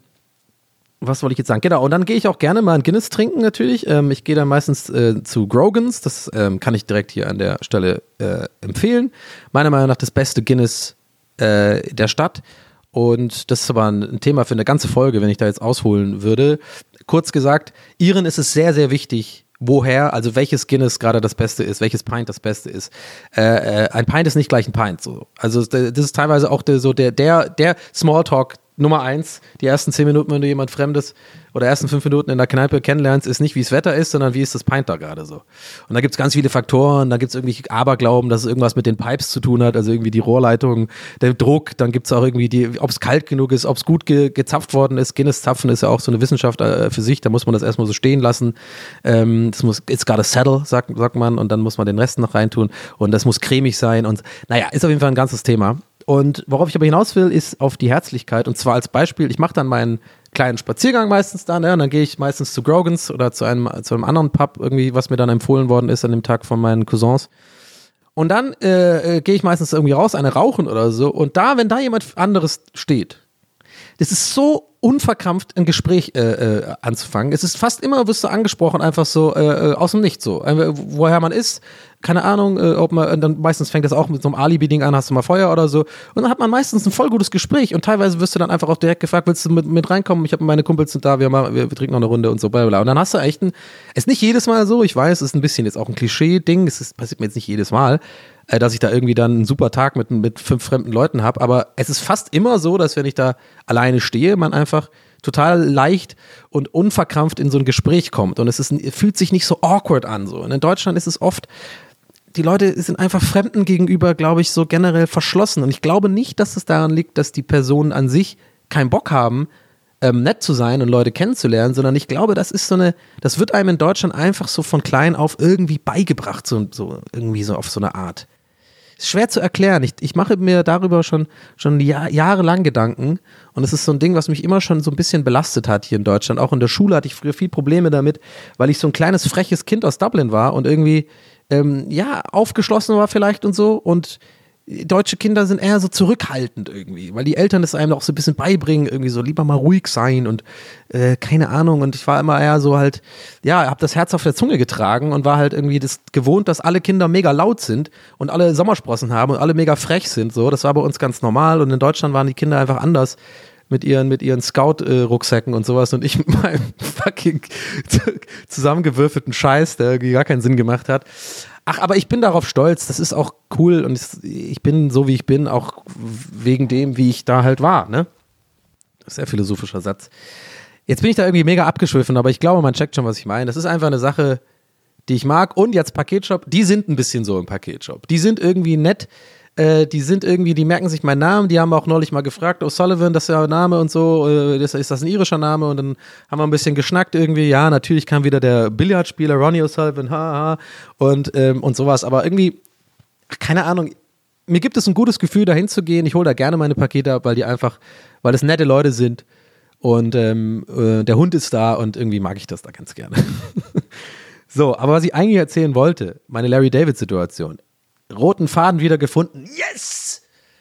Speaker 2: was wollte ich jetzt sagen? Genau, und dann gehe ich auch gerne mal ein Guinness trinken natürlich. Ich gehe dann meistens zu Grogan's, das kann ich direkt hier an der Stelle empfehlen. Meiner Meinung nach das beste Guinness der Stadt. Und das ist aber ein Thema für eine ganze Folge, wenn ich da jetzt ausholen würde. Kurz gesagt, Iren ist es sehr, sehr wichtig, woher, also welches Guinness gerade das Beste ist, welches Pint das Beste ist. Ein Pint ist nicht gleich ein Pint. So. Also das ist teilweise auch der Smalltalk Nummer 1, die ersten 10 Minuten, wenn du jemand Fremdes oder ersten 5 Minuten in der Kneipe kennenlernst, ist nicht, wie das Wetter ist, sondern wie ist das Pint da gerade so. Und da gibt es ganz viele Faktoren, da gibt es irgendwie Aberglauben, dass es irgendwas mit den Pipes zu tun hat, also irgendwie die Rohrleitung, der Druck, dann gibt es auch irgendwie ob es kalt genug ist, ob es gut gezapft worden ist. Guinness-Zapfen ist ja auch so eine Wissenschaft für sich, da muss man das erstmal so stehen lassen. It's got a settle, sagt man, und dann muss man den Rest noch reintun und das muss cremig sein und naja, ist auf jeden Fall ein ganzes Thema. Und worauf ich aber hinaus will, ist auf die Herzlichkeit. Und zwar als Beispiel, ich mache dann meinen kleinen Spaziergang meistens dann, ja, und dann gehe ich meistens zu Grogan's oder zu einem anderen Pub, irgendwie, was mir dann empfohlen worden ist an dem Tag von meinen Cousins. Und dann gehe ich meistens irgendwie raus, eine rauchen oder so. Und wenn da jemand anderes steht, das ist so unverkrampft, ein Gespräch anzufangen. Es ist fast immer, wirst du angesprochen, einfach so aus dem Nichts so. Woher man ist, keine Ahnung, ob man, dann meistens fängt das auch mit so einem Alibi-Ding an, hast du mal Feuer oder so. Und dann hat man meistens ein voll gutes Gespräch und teilweise wirst du dann einfach auch direkt gefragt, willst du mit reinkommen? Ich habe meine Kumpels sind da, wir trinken noch eine Runde und so, bla bla. Und dann hast du echt ist nicht jedes Mal so, ich weiß, es ist ein bisschen jetzt auch ein Klischee-Ding, passiert mir jetzt nicht jedes Mal, dass ich da irgendwie dann einen super Tag mit 5 fremden Leuten habe, aber es ist fast immer so, dass wenn ich da alleine stehe, man einfach total leicht und unverkrampft in so ein Gespräch kommt und fühlt sich nicht so awkward an. So. Und in Deutschland ist es oft, die Leute sind einfach Fremden gegenüber, glaube ich, so generell verschlossen. Und ich glaube nicht, dass es daran liegt, dass die Personen an sich keinen Bock haben, nett zu sein und Leute kennenzulernen, sondern ich glaube, das wird einem in Deutschland einfach so von klein auf irgendwie beigebracht, so irgendwie so auf so eine Art. Ist schwer zu erklären. Ich mache mir darüber schon jahrelang Gedanken und es ist so ein Ding, was mich immer schon so ein bisschen belastet hat hier in Deutschland. Auch in der Schule hatte ich früher viel Probleme damit, weil ich so ein kleines freches Kind aus Dublin war und irgendwie aufgeschlossen war vielleicht und so und deutsche Kinder sind eher so zurückhaltend irgendwie, weil die Eltern es einem auch so ein bisschen beibringen, irgendwie so lieber mal ruhig sein und keine Ahnung und ich war immer eher so halt, hab das Herz auf der Zunge getragen und war halt irgendwie das gewohnt, dass alle Kinder mega laut sind und alle Sommersprossen haben und alle mega frech sind, so, das war bei uns ganz normal und in Deutschland waren die Kinder einfach anders mit ihren Scout-Rucksäcken und sowas und ich mit meinem fucking zusammengewürfelten Scheiß, der irgendwie gar keinen Sinn gemacht hat. Ach, aber ich bin darauf stolz, das ist auch cool und ich bin so, wie ich bin, auch wegen dem, wie ich da halt war, ne? Sehr philosophischer Satz. Jetzt bin ich da irgendwie mega abgeschwiffen, aber ich glaube, man checkt schon, was ich meine. Das ist einfach eine Sache, die ich mag und jetzt Paketshop, die sind ein bisschen so im Paketshop. Die sind irgendwie nett, die merken sich meinen Namen, die haben auch neulich mal gefragt, O'Sullivan, das ist ja ein Name und so, ist das ein irischer Name und dann haben wir ein bisschen geschnackt irgendwie, ja, natürlich kam wieder der Billardspieler Ronnie O'Sullivan, haha, und sowas, aber irgendwie, keine Ahnung, mir gibt es ein gutes Gefühl, da hinzugehen, ich hole da gerne meine Pakete ab, weil es nette Leute sind und der Hund ist da und irgendwie mag ich das da ganz gerne. So, aber was ich eigentlich erzählen wollte, meine Larry-David-Situation, roten Faden wieder gefunden. Yes!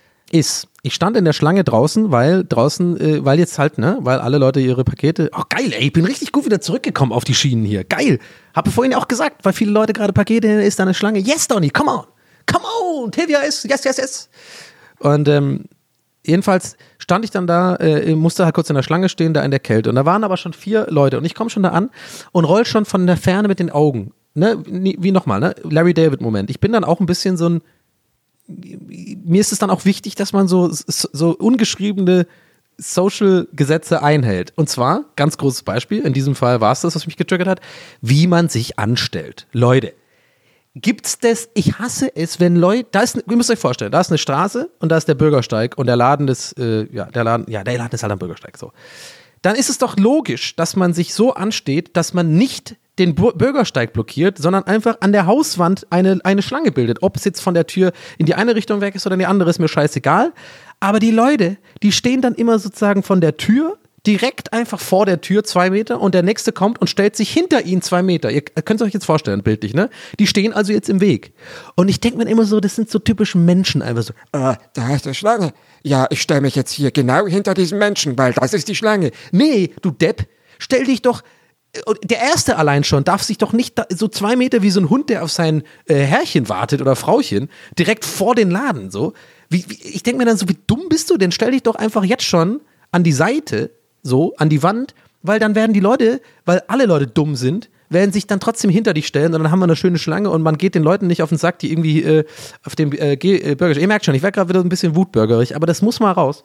Speaker 2: Ich stand in der Schlange draußen, weil jetzt halt, ne, weil alle Leute ihre Pakete, geil, ey, ich bin richtig gut wieder zurückgekommen auf die Schienen hier, geil. Habe vorhin auch gesagt, weil viele Leute gerade Pakete, ist da eine Schlange. Yes, Donny, come on, Tivia ist, yes. Und jedenfalls stand ich dann da, musste halt kurz in der Schlange stehen, da in der Kälte. Und da waren aber schon 4 Leute und ich komme schon da an und roll schon von der Ferne mit den Augen. Ne, wie nochmal, ne? Larry David Moment. Ich bin dann auch ein bisschen mir ist es dann auch wichtig, dass man so ungeschriebene Social-Gesetze einhält. Und zwar, ganz großes Beispiel, in diesem Fall war es das, was mich getriggert hat, wie man sich anstellt. Leute, gibt's das, ich hasse es, wenn Leute, ihr müsst euch vorstellen, da ist eine Straße und da ist der Bürgersteig und der Laden ist, der Laden ist halt am Bürgersteig, so. Dann ist es doch logisch, dass man sich so ansteht, dass man nicht den Bürgersteig blockiert, sondern einfach an der Hauswand eine Schlange bildet. Ob es jetzt von der Tür in die eine Richtung weg ist oder in die andere, ist mir scheißegal. Aber die Leute, die stehen dann immer sozusagen von der Tür direkt einfach vor der Tür 2 Meter und der nächste kommt und stellt sich hinter ihn 2 Meter. Ihr könnt es euch jetzt vorstellen, bildlich, ne? Die stehen also jetzt im Weg. Und ich denke mir immer so, das sind so typische Menschen einfach so.
Speaker 1: Da ist eine Schlange. Ja, ich stelle mich jetzt hier genau hinter diesem Menschen, weil das ist die Schlange.
Speaker 2: Nee, du Depp, stell dich doch. Der Erste allein schon darf sich doch nicht so 2 Meter wie so ein Hund, der auf sein Herrchen wartet oder Frauchen, direkt vor den Laden so. Ich denke mir dann so, wie dumm bist du denn? Stell dich doch einfach jetzt schon an die Seite, so, an die Wand, weil dann werden die Leute, weil alle Leute dumm sind, werden sich dann trotzdem hinter dich stellen und dann haben wir eine schöne Schlange und man geht den Leuten nicht auf den Sack, die irgendwie auf dem Bürger. Ihr merkt schon, ich werde gerade wieder ein bisschen wutbürgerig, aber das muss mal raus.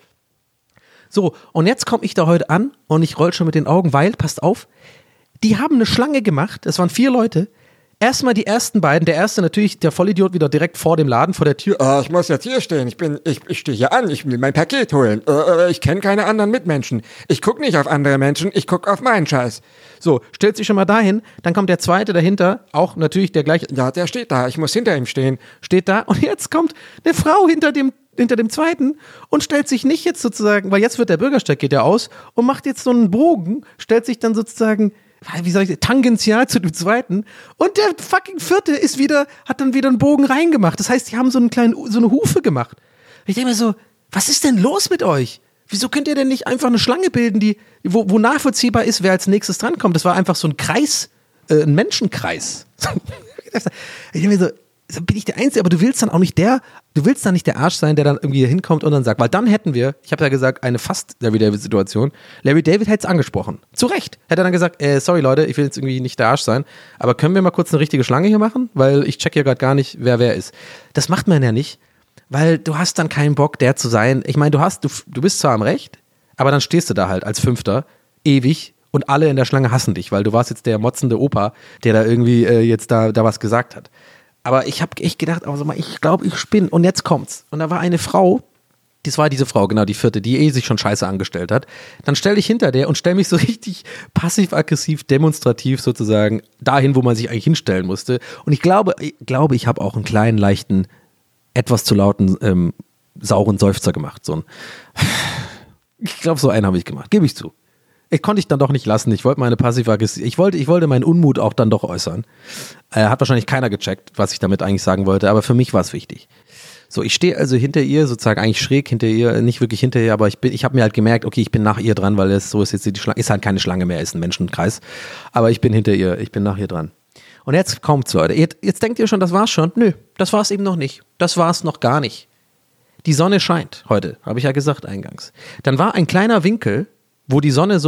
Speaker 2: So, und jetzt komme ich da heute an und ich roll schon mit den Augen, weil, passt auf, die haben eine Schlange gemacht, es waren 4 Leute. Erstmal die ersten beiden, der erste natürlich, der Vollidiot wieder direkt vor dem Laden, vor der Tür.
Speaker 1: Ich muss jetzt hier stehen, ich stehe hier an, ich will mein Paket holen. Ich kenne keine anderen Mitmenschen. Ich gucke nicht auf andere Menschen, ich gucke auf meinen Scheiß.
Speaker 2: So, stellt sich schon mal dahin, dann kommt der zweite dahinter, auch natürlich der gleiche.
Speaker 1: Ja, der steht da, ich muss hinter ihm stehen.
Speaker 2: Steht da und jetzt kommt eine Frau hinter dem zweiten und stellt sich nicht jetzt sozusagen, weil jetzt wird der Bürgersteig, geht ja aus und macht jetzt so einen Bogen, stellt sich dann sozusagen, wie soll ich, tangential zu dem zweiten und der fucking vierte hat dann wieder einen Bogen reingemacht. Das heißt, die haben so eine Hufe gemacht. Ich denke mir so, was ist denn los mit euch? Wieso könnt ihr denn nicht einfach eine Schlange bilden, wo nachvollziehbar ist, wer als nächstes drankommt? Das war einfach so ein Kreis, ein Menschenkreis. Ich denke mir so, bin ich der Einzige, aber du willst dann nicht der Arsch sein, der dann irgendwie hinkommt und dann sagt, weil dann hätten wir, ich habe ja gesagt, eine fast Larry David-Situation. Larry David hätte es angesprochen. Zu Recht. Hätte er dann gesagt, sorry Leute, ich will jetzt irgendwie nicht der Arsch sein, aber können wir mal kurz eine richtige Schlange hier machen? Weil ich check hier gerade gar nicht, wer ist. Das macht man ja nicht, weil du hast dann keinen Bock, der zu sein. Ich meine, du bist zwar am Recht, aber dann stehst du da halt als Fünfter, ewig, und alle in der Schlange hassen dich, weil du warst jetzt der motzende Opa, der da irgendwie jetzt da was gesagt hat. Aber ich habe echt gedacht, also ich glaube, ich spinne. Und jetzt kommt's. Und da war eine Frau, das war diese Frau, genau, die vierte, die sich schon scheiße angestellt hat. Dann stell dich hinter der und stell mich so richtig passiv-aggressiv, demonstrativ sozusagen dahin, wo man sich eigentlich hinstellen musste. Und ich glaube, ich habe auch einen kleinen, leichten, etwas zu lauten, sauren Seufzer gemacht. Ich glaube, so einen habe ich gemacht, gebe ich zu. Ich konnte ich dann doch nicht lassen. Ich wollte meine passiv-aggressiv, ich wollte meinen Unmut auch dann doch äußern. Hat wahrscheinlich keiner gecheckt, was ich damit eigentlich sagen wollte, aber für mich war es wichtig. So, ich stehe also hinter ihr, sozusagen eigentlich schräg hinter ihr, nicht wirklich hinter ihr, aber ich habe mir halt gemerkt, okay, ich bin nach ihr dran, weil so ist jetzt die Schlange, ist halt keine Schlange mehr, ist ein Menschenkreis, aber ich bin hinter ihr, ich bin nach ihr dran. Und jetzt kommt's, Leute. Jetzt denkt ihr schon, das war's schon? Nö, das war's eben noch nicht. Das war's noch gar nicht. Die Sonne scheint heute, habe ich ja gesagt eingangs. Dann war ein kleiner Winkel, wo die Sonne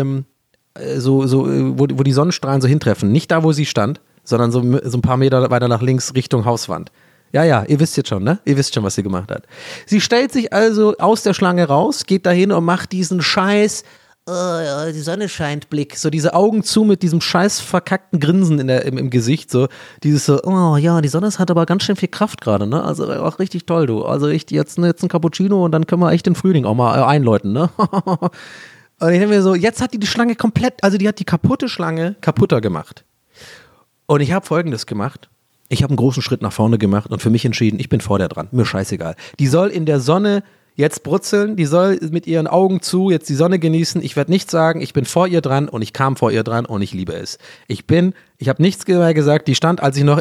Speaker 2: wo die Sonnenstrahlen so hintreffen. Nicht da, wo sie stand, sondern so ein paar Meter weiter nach links Richtung Hauswand. Ja, ihr wisst jetzt schon, ne? Ihr wisst schon, was sie gemacht hat. Sie stellt sich also aus der Schlange raus, geht dahin und macht diesen Scheiß, die Sonne scheint Blick, so diese Augen zu mit diesem scheiß verkackten Grinsen im Gesicht, so dieses so, oh ja, die Sonne hat aber ganz schön viel Kraft gerade, ne? Also auch richtig toll, du. Also echt jetzt ein Cappuccino und dann können wir echt den Frühling auch mal einläuten, ne? Und ich denke mir so, jetzt hat die Schlange komplett, also die hat die kaputte Schlange kaputter gemacht. Und ich habe Folgendes gemacht. Ich habe einen großen Schritt nach vorne gemacht und für mich entschieden, ich bin vor der dran. Mir scheißegal. Die soll in der Sonne jetzt brutzeln, die soll mit ihren Augen zu jetzt die Sonne genießen. Ich werde nichts sagen, ich bin vor ihr dran und ich kam vor ihr dran und ich liebe es. Ich habe nichts mehr gesagt, die stand, als ich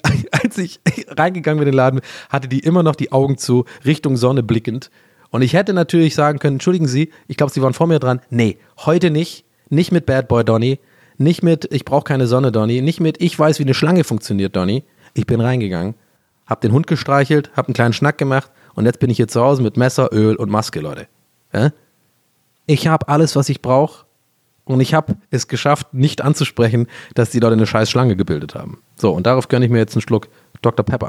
Speaker 2: reingegangen bin in den Laden, hatte die immer noch die Augen zu, Richtung Sonne blickend. Und ich hätte natürlich sagen können, entschuldigen Sie, ich glaube, Sie waren vor mir dran. Nee, heute nicht. Nicht mit Bad Boy Donny. Nicht mit ich brauche keine Sonne Donny. Nicht mit ich weiß, wie eine Schlange funktioniert Donny. Ich bin reingegangen, hab den Hund gestreichelt, hab einen kleinen Schnack gemacht und jetzt bin ich hier zu Hause mit Messer, Öl und Maske, Leute. Ja? Ich habe alles, was ich brauche und ich habe es geschafft, nicht anzusprechen, dass die Leute eine scheiß Schlange gebildet haben. So, und darauf gönne ich mir jetzt einen Schluck Dr. Pepper.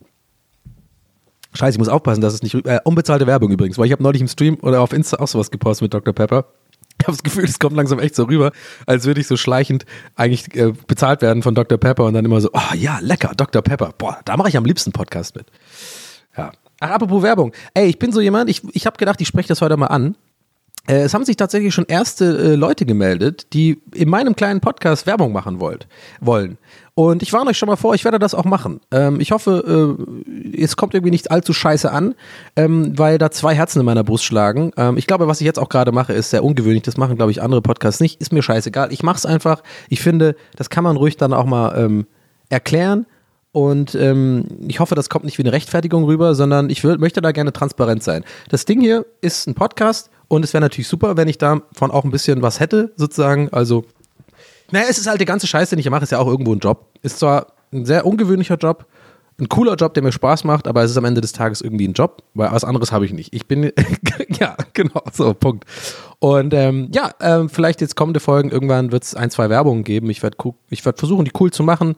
Speaker 2: Scheiße, ich muss aufpassen, dass es nicht unbezahlte Werbung übrigens, weil ich habe neulich im Stream oder auf Insta auch sowas gepostet mit Dr. Pepper. Ich habe das Gefühl, es kommt langsam echt so rüber, als würde ich so schleichend eigentlich bezahlt werden von Dr. Pepper und dann immer so, oh ja, lecker, Dr. Pepper. Boah, da mache ich am liebsten Podcast mit. Ja. Ach, apropos Werbung. Ey, ich bin so jemand, ich habe gedacht, ich spreche das heute mal an. Es haben sich tatsächlich schon erste Leute gemeldet, die in meinem kleinen Podcast Werbung machen wollen. Und ich warne euch schon mal vor, ich werde das auch machen. Ich hoffe, es kommt irgendwie nicht allzu scheiße an, weil da 2 Herzen in meiner Brust schlagen. Ich glaube, was ich jetzt auch gerade mache, ist sehr ungewöhnlich. Das machen, glaube ich, andere Podcasts nicht. Ist mir scheißegal. Ich mache es einfach. Ich finde, das kann man ruhig dann auch mal erklären. Und ich hoffe, das kommt nicht wie eine Rechtfertigung rüber, sondern ich möchte da gerne transparent sein. Das Ding hier ist ein Podcast und es wäre natürlich super, wenn ich davon auch ein bisschen was hätte, sozusagen. Also, naja, es ist halt die ganze Scheiße, den ich mache, ist ja auch irgendwo ein Job. Ist zwar ein sehr ungewöhnlicher Job, ein cooler Job, der mir Spaß macht, aber es ist am Ende des Tages irgendwie ein Job, weil was anderes habe ich nicht. Ich bin, ja, genau, so, Punkt. Und vielleicht jetzt kommende Folgen, irgendwann wird es 1, 2 Werbungen geben. Ich werd versuchen, die cool zu machen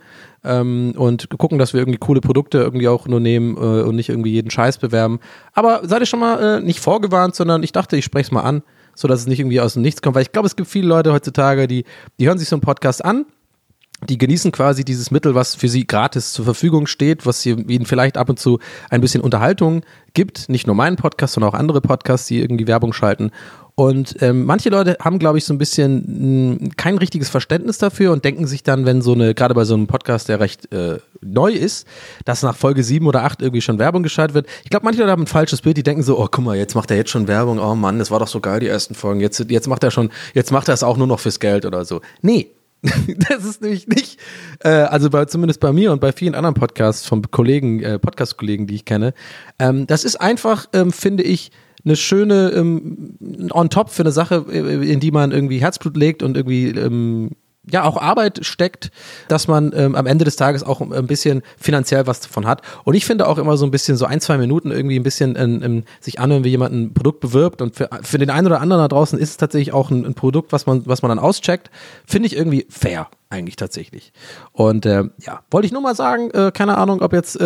Speaker 2: und gucken, dass wir irgendwie coole Produkte irgendwie auch nur nehmen und nicht irgendwie jeden Scheiß bewerben. Aber seid ihr schon mal nicht vorgewarnt, sondern ich dachte, ich spreche es mal an, sodass es nicht irgendwie aus dem Nichts kommt, weil ich glaube, es gibt viele Leute heutzutage, die hören sich so einen Podcast an, die genießen quasi dieses Mittel, was für sie gratis zur Verfügung steht, was ihnen vielleicht ab und zu ein bisschen Unterhaltung gibt. Nicht nur meinen Podcast, sondern auch andere Podcasts, die irgendwie Werbung schalten. Und manche Leute haben, glaube ich, so ein bisschen kein richtiges Verständnis dafür und denken sich dann, wenn gerade bei so einem Podcast, der recht neu ist, dass nach Folge 7 oder 8 irgendwie schon Werbung geschaltet wird. Ich glaube, manche Leute haben ein falsches Bild, die denken so, oh, guck mal, jetzt macht er jetzt schon Werbung, oh Mann, das war doch so geil, die ersten Folgen, jetzt macht er es auch nur noch fürs Geld oder so. Nee. Das ist nämlich nicht, zumindest bei mir und bei vielen anderen Podcasts von Podcast-Kollegen, die ich kenne. Das ist einfach, finde ich, eine schöne on top für eine Sache, in die man irgendwie Herzblut legt und irgendwie ja auch Arbeit steckt, dass man am Ende des Tages auch ein bisschen finanziell was davon hat. Und ich finde auch immer so ein bisschen so 1-2 Minuten irgendwie ein bisschen sich anhören, wie jemand ein Produkt bewirbt. Und für den einen oder anderen da draußen ist es tatsächlich auch ein Produkt, was man dann auscheckt. Finde ich irgendwie fair eigentlich tatsächlich. Und wollte ich nur mal sagen, keine Ahnung, ob jetzt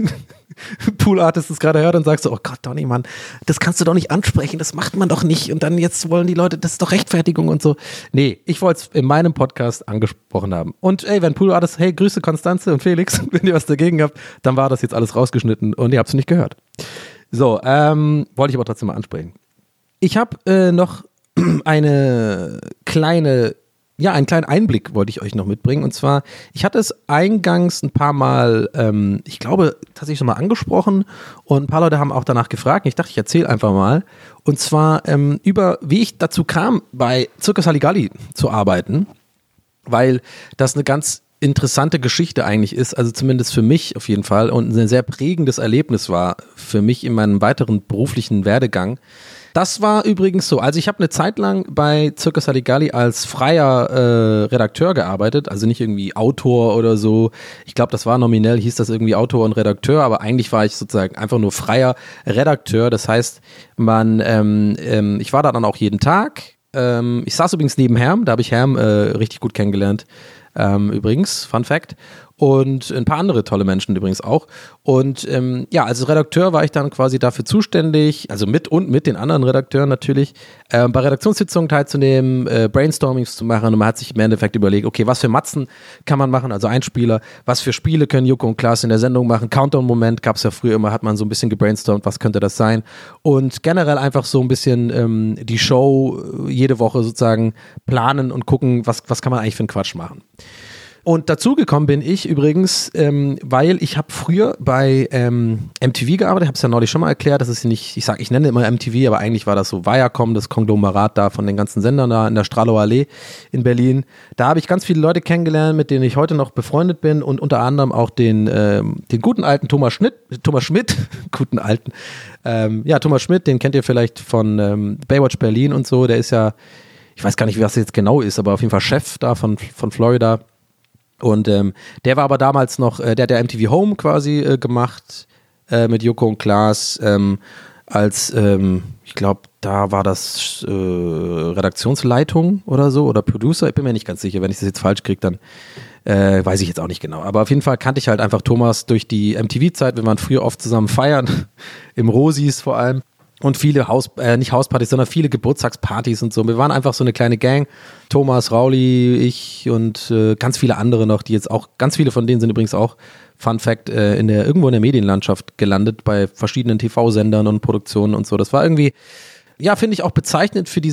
Speaker 2: Pool Artist es gerade hört und sagt so, oh Gott, Donny, Mann, das kannst du doch nicht ansprechen, das macht man doch nicht und dann jetzt wollen die Leute, das ist doch Rechtfertigung und so. Nee, ich wollte es in meinem Podcast angesprochen haben. Und ey, wenn Pool Artist, hey, Grüße Konstanze und Felix, wenn ihr was dagegen habt, dann war das jetzt alles rausgeschnitten und ihr habt es nicht gehört. So, wollte ich aber trotzdem mal ansprechen. Ich habe noch einen kleinen Einblick wollte ich euch noch mitbringen. Und zwar, ich hatte es eingangs ein paar Mal, ich glaube, tatsächlich schon mal angesprochen und ein paar Leute haben auch danach gefragt. Ich dachte, ich erzähle einfach mal. Und zwar über, wie ich dazu kam, bei Circus Halligalli zu arbeiten, weil das eine ganz interessante Geschichte eigentlich ist, also zumindest für mich auf jeden Fall und ein sehr prägendes Erlebnis war für mich in meinem weiteren beruflichen Werdegang. Das war übrigens so, also ich habe eine Zeit lang bei Circus Halligalli als freier Redakteur gearbeitet, also nicht irgendwie Autor oder so. Ich glaube, das war nominell, hieß das irgendwie Autor und Redakteur, aber eigentlich war ich sozusagen einfach nur freier Redakteur. Das heißt, ich war da dann auch jeden Tag. Ich saß übrigens neben Herm, da habe ich Herm richtig gut kennengelernt. Übrigens, Fun Fact. Und ein paar andere tolle Menschen übrigens auch. Und als Redakteur war ich dann quasi dafür zuständig, also mit den anderen Redakteuren natürlich, bei Redaktionssitzungen teilzunehmen, Brainstormings zu machen und man hat sich im Endeffekt überlegt, okay, was für Matzen kann man machen, also Einspieler, was für Spiele können Joko und Klaas in der Sendung machen, Countdown-Moment gab es ja früher immer, hat man so ein bisschen gebrainstormt, was könnte das sein und generell einfach so ein bisschen die Show jede Woche sozusagen planen und gucken, was kann man eigentlich für einen Quatsch machen. Und dazugekommen bin ich übrigens, weil ich habe früher bei MTV gearbeitet, ich habe es ja neulich schon mal erklärt, das ist nicht, ich nenne immer MTV, aber eigentlich war das so Viacom, das Konglomerat da von den ganzen Sendern da in der Stralower Allee in Berlin. Da habe ich ganz viele Leute kennengelernt, mit denen ich heute noch befreundet bin und unter anderem auch den guten alten Thomas Schmidt, guten alten, Thomas Schmidt, den kennt ihr vielleicht von Baywatch Berlin und so, der ist ja, ich weiß gar nicht, wie das jetzt genau ist, aber auf jeden Fall Chef da von Florida. Und der war aber damals noch, der hat der MTV Home quasi gemacht mit Joko und Klaas als, ich glaube, da war das Redaktionsleitung oder so oder Producer, ich bin mir nicht ganz sicher, wenn ich das jetzt falsch kriege, dann weiß ich jetzt auch nicht genau. Aber auf jeden Fall kannte ich halt einfach Thomas durch die MTV-Zeit, wir waren früher oft zusammen feiern, im Rosis vor allem. Und viele nicht Hauspartys, sondern viele Geburtstagspartys und so. Wir waren einfach so eine kleine Gang. Thomas, Rauli, ich und ganz viele andere noch, die jetzt auch, ganz viele von denen sind übrigens auch, Fun Fact, irgendwo in der Medienlandschaft gelandet, bei verschiedenen TV-Sendern und Produktionen und so. Das war irgendwie, ja, finde ich auch bezeichnend für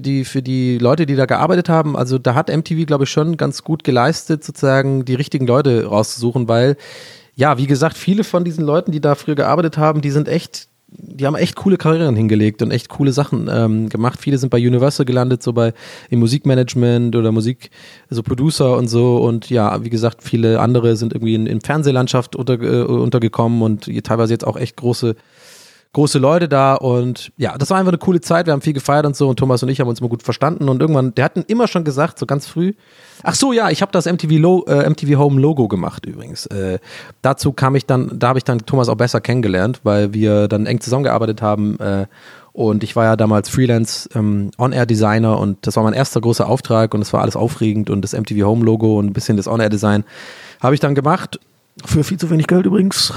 Speaker 2: die Leute, die da gearbeitet haben. Also da hat MTV, glaube ich, schon ganz gut geleistet, sozusagen die richtigen Leute rauszusuchen, weil, ja, wie gesagt, viele von diesen Leuten, die da früher gearbeitet haben, die haben echt coole Karrieren hingelegt und echt coole Sachen gemacht. Viele sind bei Universal gelandet, so im Musikmanagement oder so Producer und so. Und ja, wie gesagt, viele andere sind irgendwie in Fernsehlandschaft untergekommen und teilweise jetzt auch echt große Leute da und ja, das war einfach eine coole Zeit, wir haben viel gefeiert und so und Thomas und ich haben uns immer gut verstanden und irgendwann, der hat immer schon gesagt, so ganz früh, ach so, ja, ich habe das MTV Home Logo gemacht übrigens. Dazu da habe ich dann Thomas auch besser kennengelernt, weil wir dann eng zusammengearbeitet haben und ich war ja damals Freelance On-Air-Designer und das war mein erster großer Auftrag und es war alles aufregend und das MTV Home Logo und ein bisschen das On-Air-Design habe ich dann gemacht, für viel zu wenig Geld übrigens.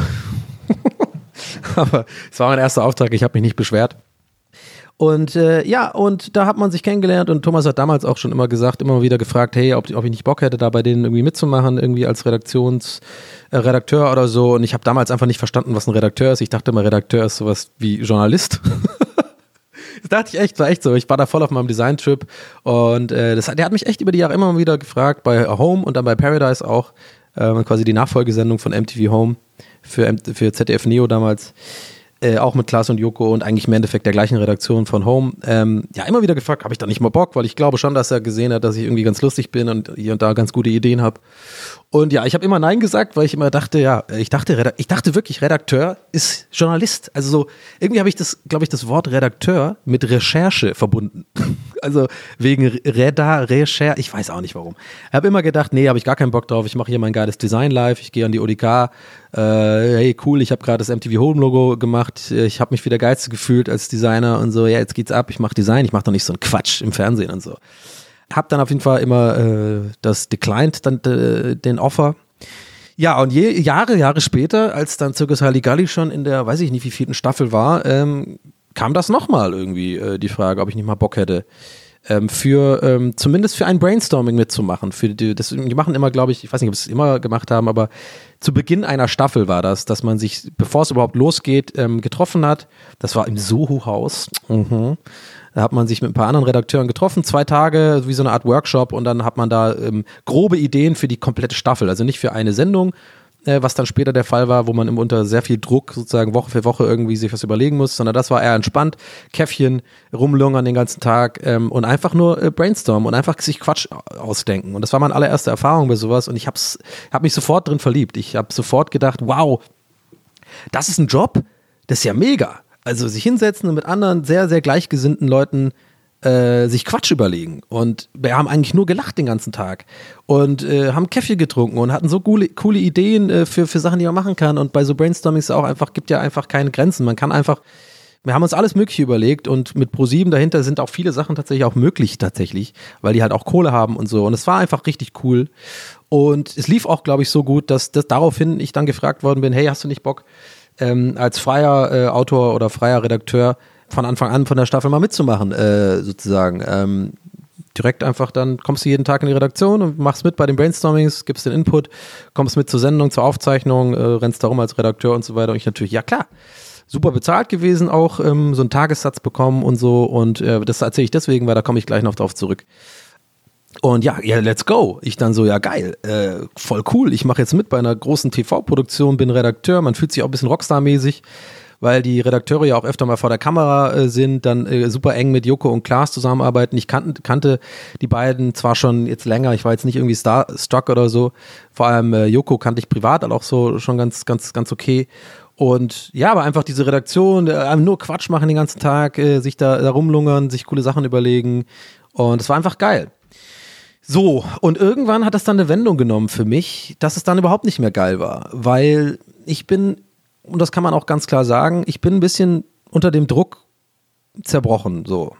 Speaker 2: Aber es war mein erster Auftrag, ich habe mich nicht beschwert. Und und da hat man sich kennengelernt und Thomas hat damals auch schon immer immer wieder gefragt, hey, ob ich nicht Bock hätte, da bei denen irgendwie mitzumachen, irgendwie als Redakteur oder so. Und ich habe damals einfach nicht verstanden, was ein Redakteur ist. Ich dachte immer, Redakteur ist sowas wie Journalist. Das dachte ich echt, war echt so. Ich war da voll auf meinem Design-Trip und der hat mich echt über die Jahre immer mal wieder gefragt, bei Home und dann bei Paradise auch, quasi die Nachfolgesendung von MTV Home für ZDF Neo damals. auch mit Klaas und Joko und eigentlich im Endeffekt der gleichen Redaktion von Home, immer wieder gefragt, habe ich da nicht mal Bock, weil ich glaube schon, dass er gesehen hat, dass ich irgendwie ganz lustig bin und hier und da ganz gute Ideen habe. Und ja, ich habe immer Nein gesagt, weil ich immer dachte, ich dachte wirklich, Redakteur ist Journalist. Also so, irgendwie habe ich das Wort Redakteur mit Recherche verbunden. Also wegen Recherche, ich weiß auch nicht warum. Ich habe immer gedacht, nee, habe ich gar keinen Bock drauf, ich mache hier mein geiles Design live, ich gehe an die ODK, hey cool, ich habe gerade das MTV Home Logo gemacht, ich habe mich wie der Geilste gefühlt als Designer und so, ja, jetzt geht's ab, ich mache Design, ich mache doch nicht so einen Quatsch im Fernsehen und so. Hab dann auf jeden Fall immer das declined, dann den Offer. Ja, und Jahre später, als dann Circus Halligalli schon in der, weiß ich nicht, wie vierten Staffel war, kam das nochmal irgendwie, die Frage, ob ich nicht mal Bock hätte, zumindest für ein Brainstorming mitzumachen. Die machen immer, glaube ich weiß nicht, ob sie es immer gemacht haben, aber zu Beginn einer Staffel war das, dass man sich, bevor es überhaupt losgeht, getroffen hat. Das war im Soho-Haus. Da hat man sich mit ein paar anderen Redakteuren getroffen, 2 Tage, wie so eine Art Workshop, und dann hat man da grobe Ideen für die komplette Staffel, also nicht für eine Sendung, was dann später der Fall war, wo man unter sehr viel Druck sozusagen Woche für Woche irgendwie sich was überlegen muss, sondern das war eher entspannt, Käffchen, rumlungern den ganzen Tag und einfach nur brainstormen und einfach sich Quatsch ausdenken. Und das war meine allererste Erfahrung bei sowas und ich hab mich sofort drin verliebt. Ich habe sofort gedacht, wow, das ist ein Job, das ist ja mega. Also sich hinsetzen und mit anderen sehr, sehr gleichgesinnten Leuten sich Quatsch überlegen. Und wir haben eigentlich nur gelacht den ganzen Tag und haben Kaffee getrunken und hatten so coole Ideen für Sachen, die man machen kann. Und bei so Brainstormings gibt ja einfach keine Grenzen. Man kann einfach, wir haben uns alles Mögliche überlegt und mit Pro7 dahinter sind auch viele Sachen tatsächlich auch möglich weil die halt auch Kohle haben und so. Und es war einfach richtig cool. Und es lief auch, glaube ich, so gut, dass daraufhin ich dann gefragt worden bin, hey, hast du nicht Bock, als freier Autor oder freier Redakteur von Anfang an von der Staffel mal mitzumachen, sozusagen. Direkt einfach dann kommst du jeden Tag in die Redaktion und machst mit bei den Brainstormings, gibst den Input, kommst mit zur Sendung, zur Aufzeichnung, rennst da rum als Redakteur und so weiter. Und ich natürlich, ja klar, super bezahlt gewesen auch, so einen Tagessatz bekommen und so. Und das erzähle ich deswegen, weil da komme ich gleich noch drauf zurück. Und ja, let's go. Ich dann so, ja geil, voll cool. Ich mache jetzt mit bei einer großen TV-Produktion, bin Redakteur. Man fühlt sich auch ein bisschen Rockstar-mäßig, weil die Redakteure ja auch öfter mal vor der Kamera sind, dann super eng mit Joko und Klaas zusammenarbeiten. Ich kannte die beiden zwar schon jetzt länger, ich war jetzt nicht irgendwie starstruck oder so. Vor allem Joko kannte ich privat auch so schon ganz okay. Und ja, aber einfach diese Redaktion, nur Quatsch machen den ganzen Tag, sich da rumlungern, sich coole Sachen überlegen. Und es war einfach geil. So, und irgendwann hat das dann eine Wendung genommen für mich, dass es dann überhaupt nicht mehr geil war, weil ich bin, und das kann man auch ganz klar sagen, ich bin ein bisschen unter dem Druck zerbrochen, so.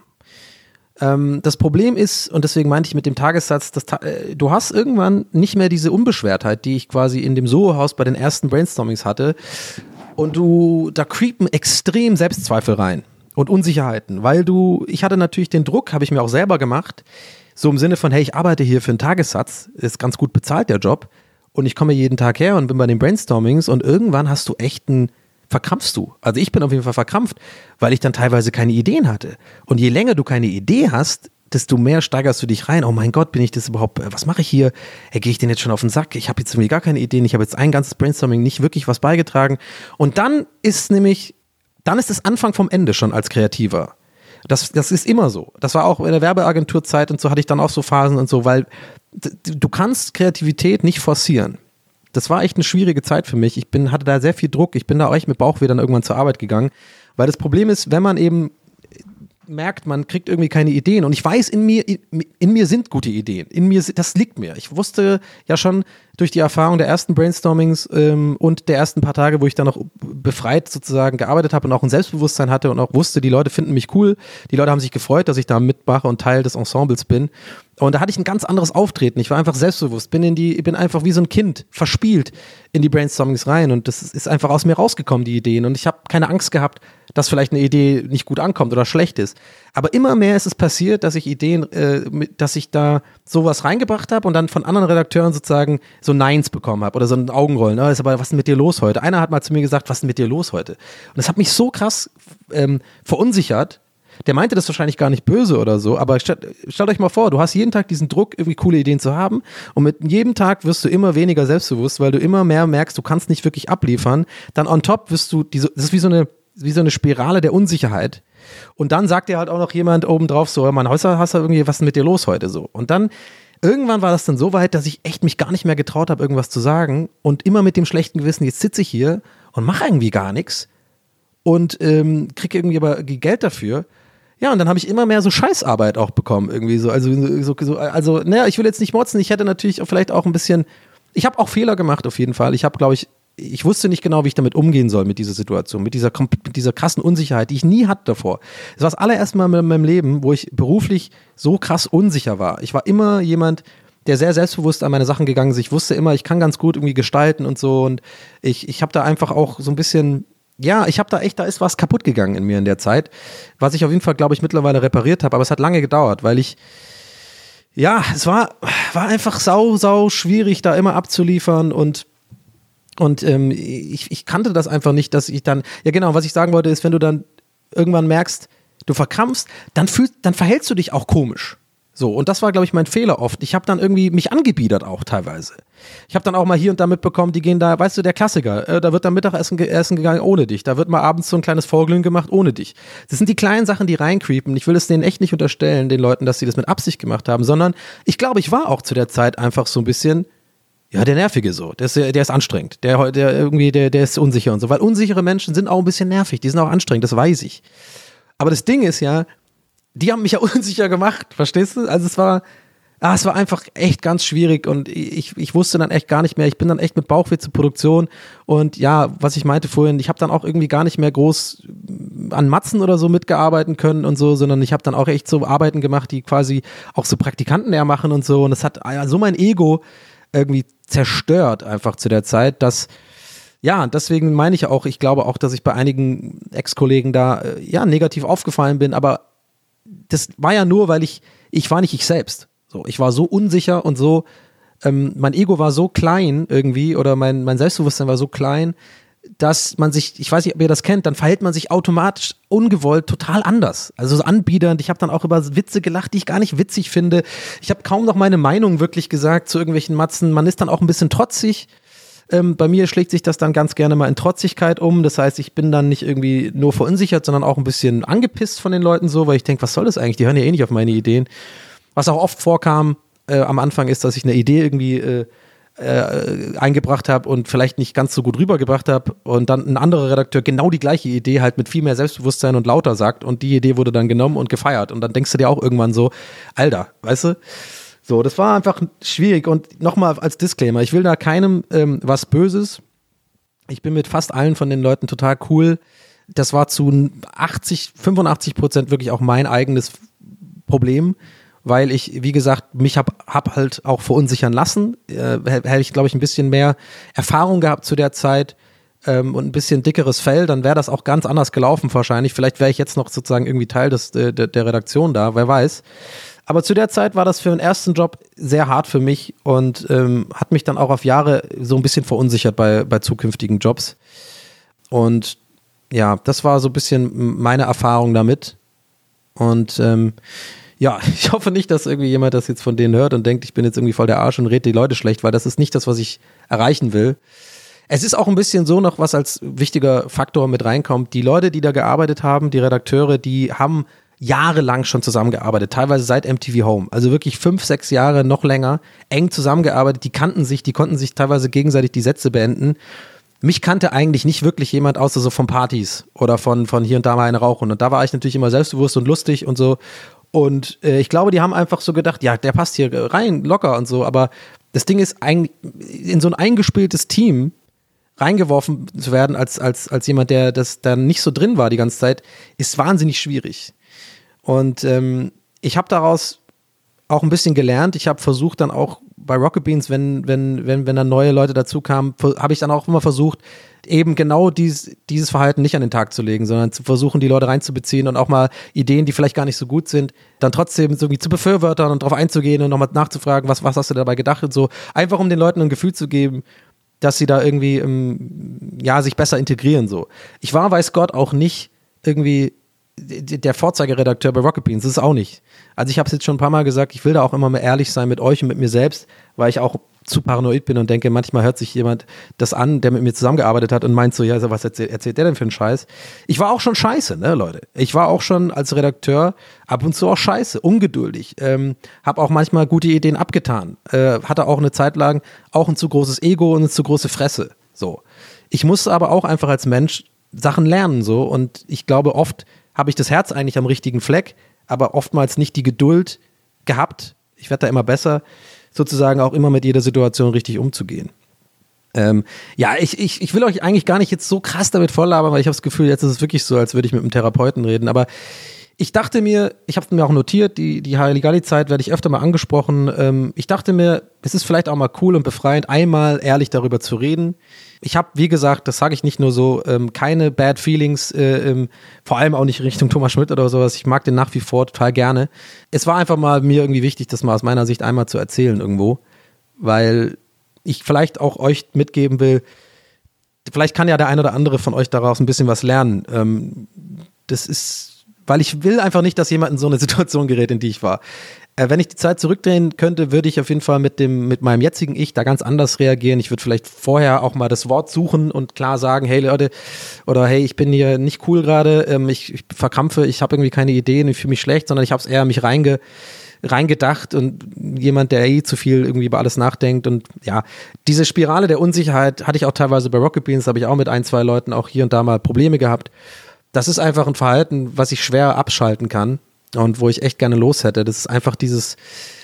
Speaker 2: Das Problem ist, und deswegen meinte ich mit dem Tagessatz, du hast irgendwann nicht mehr diese Unbeschwertheit, die ich quasi in dem Soho-Haus bei den ersten Brainstormings hatte, und da creepen extrem Selbstzweifel rein und Unsicherheiten, weil ich hatte natürlich den Druck, habe ich mir auch selber gemacht, so im Sinne von, hey, ich arbeite hier für einen Tagessatz, ist ganz gut bezahlt der Job und ich komme jeden Tag her und bin bei den Brainstormings und irgendwann verkrampfst du. Also ich bin auf jeden Fall verkrampft, weil ich dann teilweise keine Ideen hatte. Und je länger du keine Idee hast, desto mehr steigerst du dich rein. Oh mein Gott, bin ich das überhaupt, was mache ich hier? Hey, gehe ich denn jetzt schon auf den Sack? Ich habe jetzt irgendwie gar keine Ideen, ich habe jetzt ein ganzes Brainstorming nicht wirklich was beigetragen. Und dann ist das Anfang vom Ende schon als Kreativer. Das ist immer so. Das war auch in der Werbeagenturzeit und so hatte ich dann auch so Phasen und so, weil du kannst Kreativität nicht forcieren. Das war echt eine schwierige Zeit für mich. Hatte da sehr viel Druck. Ich bin da auch echt mit Bauchweh dann irgendwann zur Arbeit gegangen, weil das Problem ist, wenn man eben merkt, man kriegt irgendwie keine Ideen und ich weiß, in mir sind gute Ideen. Das liegt mir. Ich wusste ja schon durch die Erfahrung der ersten Brainstormings und der ersten paar Tage, wo ich dann noch befreit sozusagen gearbeitet habe und auch ein Selbstbewusstsein hatte und auch wusste, die Leute finden mich cool. Die Leute haben sich gefreut, dass ich da mitmache und Teil des Ensembles bin. Und da hatte ich ein ganz anderes Auftreten. Ich war einfach selbstbewusst, bin einfach wie so ein Kind, verspielt in die Brainstormings rein und das ist einfach aus mir rausgekommen, die Ideen. Und ich habe keine Angst gehabt, dass vielleicht eine Idee nicht gut ankommt oder schlecht ist. Aber immer mehr ist es passiert, dass ich dass ich da sowas reingebracht habe und dann von anderen Redakteuren sozusagen so Neins bekommen habe oder so ein Augenrollen. Was ist denn mit dir los heute? Einer hat mal zu mir gesagt, was ist denn mit dir los heute? Und das hat mich so krass verunsichert. Der meinte das wahrscheinlich gar nicht böse oder so, aber stellt euch mal vor, du hast jeden Tag diesen Druck, irgendwie coole Ideen zu haben und mit jedem Tag wirst du immer weniger selbstbewusst, weil du immer mehr merkst, du kannst nicht wirklich abliefern. Dann on top wirst du das ist wie so eine wie so eine Spirale der Unsicherheit. Und dann sagt dir halt auch noch jemand obendrauf so, Mann, hast du irgendwie, was ist mit dir los heute so? Und dann, irgendwann war das dann so weit, dass ich echt mich gar nicht mehr getraut habe, irgendwas zu sagen und immer mit dem schlechten Gewissen, jetzt sitze ich hier und mache irgendwie gar nichts und kriege irgendwie aber Geld dafür. Ja, und dann habe ich immer mehr so Scheißarbeit auch bekommen, irgendwie so. Also naja, ich will jetzt nicht motzen, ich hätte natürlich vielleicht auch ein bisschen, ich habe auch Fehler gemacht auf jeden Fall. Ich habe, glaube ich wusste nicht genau, wie ich damit umgehen soll mit dieser Situation, mit dieser krassen Unsicherheit, die ich nie hatte davor. Das war das allererste Mal in meinem Leben, wo ich beruflich so krass unsicher war. Ich war immer jemand, der sehr selbstbewusst an meine Sachen gegangen ist. Ich wusste immer, ich kann ganz gut irgendwie gestalten und so und ich habe da einfach auch so ein bisschen, ja, da ist was kaputt gegangen in mir in der Zeit, was ich auf jeden Fall, glaube ich, mittlerweile repariert habe, aber es hat lange gedauert, weil es war einfach sau schwierig, da immer abzuliefern und ich kannte das einfach nicht, dass ich dann, ja genau, was ich sagen wollte ist, wenn du dann irgendwann merkst, du verkrampfst, dann verhältst du dich auch komisch. So, und das war, glaube ich, mein Fehler oft. Ich habe dann irgendwie mich angebiedert auch teilweise. Ich habe dann auch mal hier und da mitbekommen, die gehen da, weißt du, der Klassiker, da wird dann Mittagessen gegangen ohne dich. Da wird mal abends so ein kleines Vorglühen gemacht ohne dich. Das sind die kleinen Sachen, die reincreepen. Ich will es denen echt nicht unterstellen, den Leuten, dass sie das mit Absicht gemacht haben, sondern ich glaube, ich war auch zu der Zeit einfach so ein bisschen, ja, der Nervige so. Der ist anstrengend. Der ist unsicher und so. Weil unsichere Menschen sind auch ein bisschen nervig. Die sind auch anstrengend, das weiß ich. Aber das Ding ist ja, die haben mich ja unsicher gemacht, verstehst du? Also es war einfach echt ganz schwierig und ich wusste dann echt gar nicht mehr, ich bin dann echt mit Bauchweh zur Produktion und ja, was ich meinte vorhin, ich habe dann auch irgendwie gar nicht mehr groß an Matzen oder so mitgearbeiten können und so, sondern ich habe dann auch echt so Arbeiten gemacht, die quasi auch so Praktikanten eher machen und so und das hat so mein Ego irgendwie zerstört einfach zu der Zeit, dass ja, deswegen meine ich auch, ich glaube auch, dass ich bei einigen Ex-Kollegen da negativ aufgefallen bin, aber das war ja nur, weil ich war nicht ich selbst. So, ich war so unsicher und so, mein Ego war so klein irgendwie oder mein Selbstbewusstsein war so klein, dass man sich, ich weiß nicht, ob ihr das kennt, dann verhält man sich automatisch ungewollt total anders. Also so anbiedernd. Ich habe dann auch über Witze gelacht, die ich gar nicht witzig finde. Ich habe kaum noch meine Meinung wirklich gesagt zu irgendwelchen Matzen. Man ist dann auch ein bisschen trotzig. Bei mir schlägt sich das dann ganz gerne mal in Trotzigkeit um. Das heißt, ich bin dann nicht irgendwie nur verunsichert, sondern auch ein bisschen angepisst von den Leuten so, weil ich denke, was soll das eigentlich? Die hören ja eh nicht auf meine Ideen. Was auch oft vorkam am Anfang ist, dass ich eine Idee irgendwie eingebracht habe und vielleicht nicht ganz so gut rübergebracht habe und dann ein anderer Redakteur genau die gleiche Idee halt mit viel mehr Selbstbewusstsein und lauter sagt und die Idee wurde dann genommen und gefeiert und dann denkst du dir auch irgendwann so, Alter, weißt du? So, das war einfach schwierig und nochmal als Disclaimer, ich will da keinem was Böses. Ich bin mit fast allen von den Leuten total cool. Das war zu 85% wirklich auch mein eigenes Problem, weil ich, wie gesagt, mich hab halt auch verunsichern lassen. Hätte ich, glaube ich, ein bisschen mehr Erfahrung gehabt zu der Zeit und ein bisschen dickeres Fell, dann wäre das auch ganz anders gelaufen wahrscheinlich. Vielleicht wäre ich jetzt noch sozusagen irgendwie Teil der Redaktion da, wer weiß. Aber zu der Zeit war das für den ersten Job sehr hart für mich und hat mich dann auch auf Jahre so ein bisschen verunsichert bei zukünftigen Jobs. Und ja, das war so ein bisschen meine Erfahrung damit. Und ja, ich hoffe nicht, dass irgendwie jemand das jetzt von denen hört und denkt, ich bin jetzt irgendwie voll der Arsch und rede die Leute schlecht, weil das ist nicht das, was ich erreichen will. Es ist auch ein bisschen so noch, was als wichtiger Faktor mit reinkommt. Die Leute, die da gearbeitet haben, die Redakteure, die haben jahrelang schon zusammengearbeitet, teilweise seit MTV Home, also wirklich 5, 6 Jahre, noch länger, eng zusammengearbeitet, die konnten sich teilweise gegenseitig die Sätze beenden. Mich kannte eigentlich nicht wirklich jemand, außer so von Partys oder von hier und da mal eine rauchen und da war ich natürlich immer selbstbewusst und lustig und so und ich glaube, die haben einfach so gedacht, ja, der passt hier rein, locker und so, aber das Ding ist, in so ein eingespieltes Team reingeworfen zu werden als jemand, der das dann nicht so drin war die ganze Zeit, ist wahnsinnig schwierig. Und ich habe daraus auch ein bisschen gelernt. Ich habe versucht dann auch bei Rocket Beans, wenn dann neue Leute dazu kamen, habe ich dann auch immer versucht, eben genau dieses Verhalten nicht an den Tag zu legen, sondern zu versuchen, die Leute reinzubeziehen und auch mal Ideen, die vielleicht gar nicht so gut sind, dann trotzdem irgendwie zu befürwortern und darauf einzugehen und nochmal nachzufragen, was hast du dabei gedacht und so. Einfach um den Leuten ein Gefühl zu geben, dass sie da irgendwie sich besser integrieren so. Ich war, weiß Gott, auch nicht irgendwie der Vorzeigeredakteur bei Rocket Beans, das ist auch nicht. Also ich habe es jetzt schon ein paar Mal gesagt, ich will da auch immer mehr ehrlich sein mit euch und mit mir selbst, weil ich auch zu paranoid bin und denke, manchmal hört sich jemand das an, der mit mir zusammengearbeitet hat und meint so, ja, was erzählt der denn für einen Scheiß? Ich war auch schon scheiße, ne, Leute. Ich war auch schon als Redakteur ab und zu auch scheiße, ungeduldig. Habe auch manchmal gute Ideen abgetan. Hatte auch eine Zeit lang auch ein zu großes Ego und eine zu große Fresse. So. Ich musste aber auch einfach als Mensch Sachen lernen, so. Und ich glaube, oft habe ich das Herz eigentlich am richtigen Fleck, aber oftmals nicht die Geduld gehabt. Ich werde da immer besser, sozusagen auch immer mit jeder Situation richtig umzugehen. Ich will euch eigentlich gar nicht jetzt so krass damit volllabern, weil ich habe das Gefühl, jetzt ist es wirklich so, als würde ich mit einem Therapeuten reden, aber ich dachte mir, ich habe mir auch notiert, die Halligalli-Zeit werde ich öfter mal angesprochen. Ich dachte mir, es ist vielleicht auch mal cool und befreiend, einmal ehrlich darüber zu reden. Ich habe, wie gesagt, das sage ich nicht nur so, keine Bad Feelings, vor allem auch nicht Richtung Thomas Schmidt oder sowas. Ich mag den nach wie vor total gerne. Es war einfach mal mir irgendwie wichtig, das mal aus meiner Sicht einmal zu erzählen irgendwo, weil ich vielleicht auch euch mitgeben will, vielleicht kann ja der ein oder andere von euch daraus ein bisschen was lernen. Das ist, weil ich will einfach nicht, dass jemand in so eine Situation gerät, in die ich war. Wenn ich die Zeit zurückdrehen könnte, würde ich auf jeden Fall mit meinem jetzigen Ich da ganz anders reagieren. Ich würde vielleicht vorher auch mal das Wort suchen und klar sagen, hey Leute, oder hey, ich bin hier nicht cool gerade, ich verkrampfe, ich habe irgendwie keine Ideen, ich fühle mich schlecht, sondern ich habe es eher mich reingedacht und jemand, der zu viel irgendwie über alles nachdenkt und ja, diese Spirale der Unsicherheit hatte ich auch teilweise bei Rocket Beans, habe ich auch mit 1, 2 Leuten auch hier und da mal Probleme gehabt. Das ist einfach ein Verhalten, was ich schwer abschalten kann und wo ich echt gerne los hätte. Das ist einfach dieses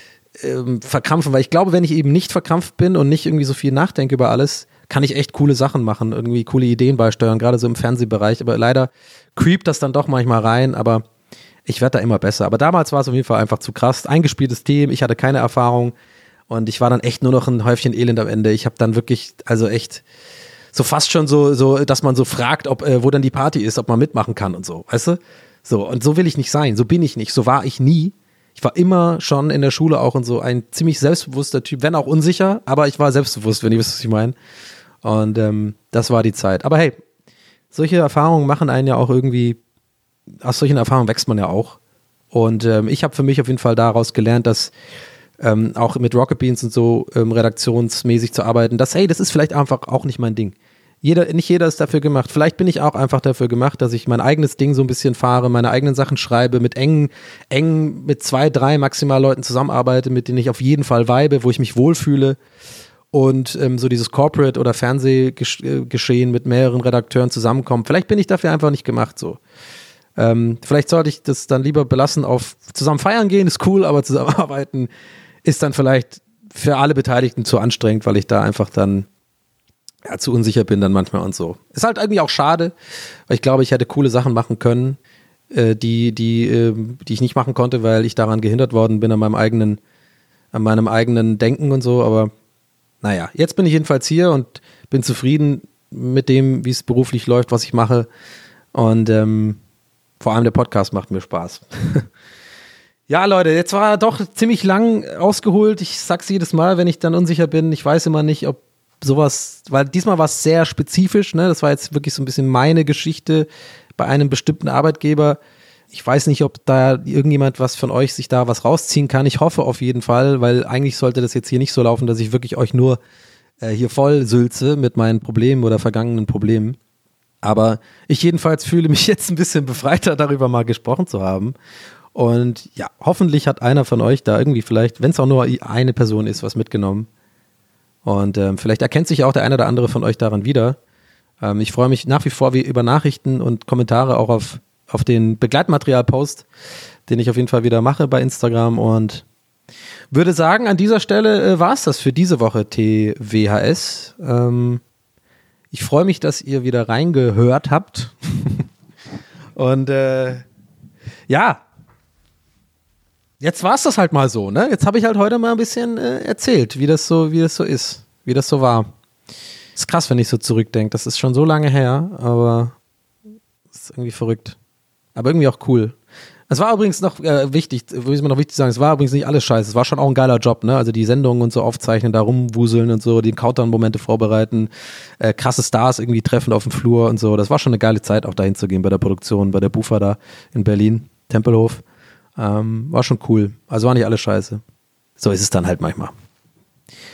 Speaker 2: Verkrampfen, weil ich glaube, wenn ich eben nicht verkrampft bin und nicht irgendwie so viel nachdenke über alles, kann ich echt coole Sachen machen, irgendwie coole Ideen beisteuern, gerade so im Fernsehbereich. Aber leider creept das dann doch manchmal rein, aber ich werde da immer besser. Aber damals war es auf jeden Fall einfach zu krass. Eingespieltes Team, ich hatte keine Erfahrung und ich war dann echt nur noch ein Häufchen Elend am Ende. Ich habe dann wirklich, also echt so fast schon so, dass man so fragt, wo dann die Party ist, ob man mitmachen kann und so, weißt du? So, und so will ich nicht sein, so bin ich nicht, so war ich nie. Ich war immer schon in der Schule auch und so ein ziemlich selbstbewusster Typ, wenn auch unsicher, aber ich war selbstbewusst, wenn ihr wisst, was ich meine. Und das war die Zeit. Aber hey, solche Erfahrungen machen einen ja auch irgendwie, aus solchen Erfahrungen wächst man ja auch. Und ich habe für mich auf jeden Fall daraus gelernt, dass auch mit Rocket Beans und so redaktionsmäßig zu arbeiten, das ist vielleicht einfach auch nicht mein Ding. Nicht jeder ist dafür gemacht. Vielleicht bin ich auch einfach dafür gemacht, dass ich mein eigenes Ding so ein bisschen fahre, meine eigenen Sachen schreibe, mit eng mit 2, 3 maximal Leuten zusammenarbeite, mit denen ich auf jeden Fall vibe, wo ich mich wohlfühle und so dieses Corporate- oder Fernsehgeschehen mit mehreren Redakteuren zusammenkommen. Vielleicht bin ich dafür einfach nicht gemacht so. Vielleicht sollte ich das dann lieber belassen auf zusammen feiern gehen, ist cool, aber zusammenarbeiten ist dann vielleicht für alle Beteiligten zu anstrengend, weil ich da einfach dann zu unsicher bin dann manchmal und so. Ist halt irgendwie auch schade, weil ich glaube, ich hätte coole Sachen machen können, die ich nicht machen konnte, weil ich daran gehindert worden bin an meinem eigenen Denken und so, aber naja, jetzt bin ich jedenfalls hier und bin zufrieden mit dem, wie es beruflich läuft, was ich mache und vor allem der Podcast macht mir Spaß. Ja, Leute, jetzt war doch ziemlich lang ausgeholt. Ich sag's jedes Mal, wenn ich dann unsicher bin. Ich weiß immer nicht, ob sowas, weil diesmal war es sehr spezifisch, ne? Das war jetzt wirklich so ein bisschen meine Geschichte bei einem bestimmten Arbeitgeber. Ich weiß nicht, ob da irgendjemand was von euch sich da was rausziehen kann. Ich hoffe auf jeden Fall, weil eigentlich sollte das jetzt hier nicht so laufen, dass ich wirklich euch nur hier voll sülze mit meinen Problemen oder vergangenen Problemen. Aber ich jedenfalls fühle mich jetzt ein bisschen befreiter, darüber mal gesprochen zu haben. Und ja, hoffentlich hat einer von euch da irgendwie vielleicht, wenn es auch nur eine Person ist, was mitgenommen. Und vielleicht erkennt sich auch der eine oder andere von euch daran wieder. Ich freue mich nach wie vor über Nachrichten und Kommentare auch auf den Begleitmaterial-Post, den ich auf jeden Fall wieder mache bei Instagram. Und würde sagen, an dieser Stelle war es das für diese Woche TWHS. Ich freue mich, dass ihr wieder reingehört habt. Und ja, jetzt war es das halt mal so, ne? Jetzt habe ich halt heute mal ein bisschen erzählt, wie das so ist, wie das so war. Ist krass, wenn ich so zurückdenke. Das ist schon so lange her, aber ist irgendwie verrückt. Aber irgendwie auch cool. Es war übrigens noch wichtig, will ich mir noch wichtig sagen, es war übrigens nicht alles scheiße. Es war schon auch ein geiler Job, ne? Also die Sendungen und so aufzeichnen, da rumwuseln und so, die Countdown-Momente vorbereiten, krasse Stars irgendwie treffen auf dem Flur und so. Das war schon eine geile Zeit, auch dahin zu gehen bei der Produktion, bei der Bufa da in Berlin, Tempelhof. War schon cool. Also war nicht alles scheiße. So ist es dann halt manchmal.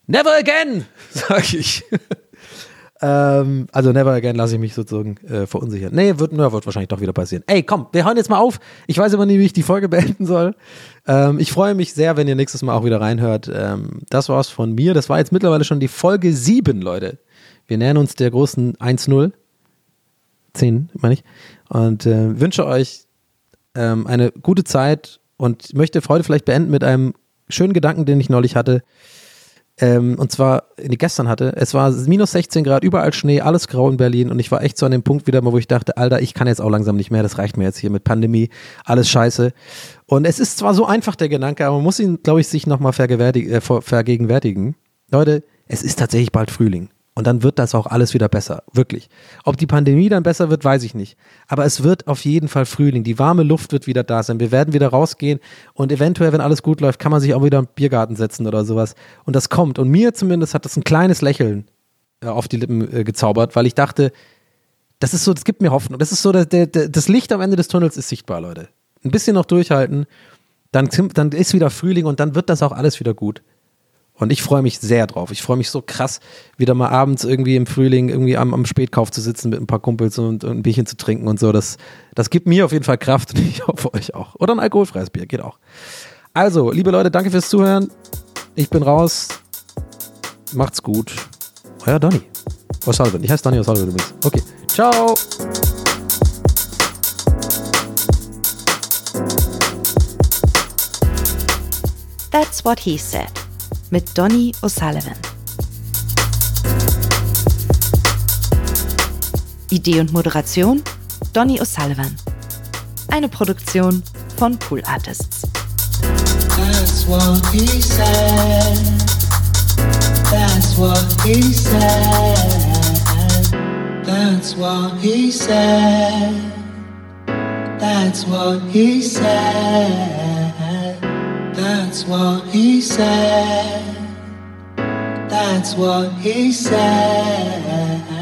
Speaker 2: Never again, sag ich. Also never again lasse ich mich sozusagen verunsichern. Nee, wird wahrscheinlich doch wieder passieren. Ey, komm, wir hören jetzt mal auf. Ich weiß immer nie, wie ich die Folge beenden soll. Ich freue mich sehr, wenn ihr nächstes Mal auch wieder reinhört. Das war's von mir. Das war jetzt mittlerweile schon die Folge 7, Leute. Wir nähern uns der großen 1-0. 10, meine ich. Und wünsche euch eine gute Zeit und möchte Freude vielleicht beenden mit einem schönen Gedanken, den ich neulich hatte. Und zwar, gestern hatte, es war minus 16 Grad, überall Schnee, alles grau in Berlin und ich war echt so an dem Punkt wieder mal, wo ich dachte, Alter, ich kann jetzt auch langsam nicht mehr, das reicht mir jetzt hier mit Pandemie, alles scheiße. Und es ist zwar so einfach der Gedanke, aber man muss ihn, glaube ich, sich nochmal vergegenwärtigen. Leute, es ist tatsächlich bald Frühling. Und dann wird das auch alles wieder besser, wirklich. Ob die Pandemie dann besser wird, weiß ich nicht. Aber es wird auf jeden Fall Frühling. Die warme Luft wird wieder da sein. Wir werden wieder rausgehen und eventuell, wenn alles gut läuft, kann man sich auch wieder im Biergarten setzen oder sowas. Und das kommt. Und mir zumindest hat das ein kleines Lächeln auf die Lippen gezaubert, weil ich dachte, das ist so, das gibt mir Hoffnung. Das ist so, das Licht am Ende des Tunnels ist sichtbar, Leute. Ein bisschen noch durchhalten, dann ist wieder Frühling und dann wird das auch alles wieder gut. Und ich freue mich sehr drauf. Ich freue mich so krass, wieder mal abends irgendwie im Frühling irgendwie am Spätkauf zu sitzen mit ein paar Kumpels und ein Bierchen zu trinken und so. Das gibt mir auf jeden Fall Kraft und ich hoffe euch auch. Oder ein alkoholfreies Bier, geht auch. Also, liebe Leute, danke fürs Zuhören. Ich bin raus. Macht's gut. Euer Donny O'Sullivan. Ich heiße Donny O'Sullivan übrigens. Okay, ciao.
Speaker 4: That's what he said. Mit Donny O'Sullivan. Idee und Moderation Donny O'Sullivan. Eine Produktion von Pool Artists.
Speaker 3: That's what he said. That's what he said. That's what he said. That's what he said. That's what he said. That's what he said.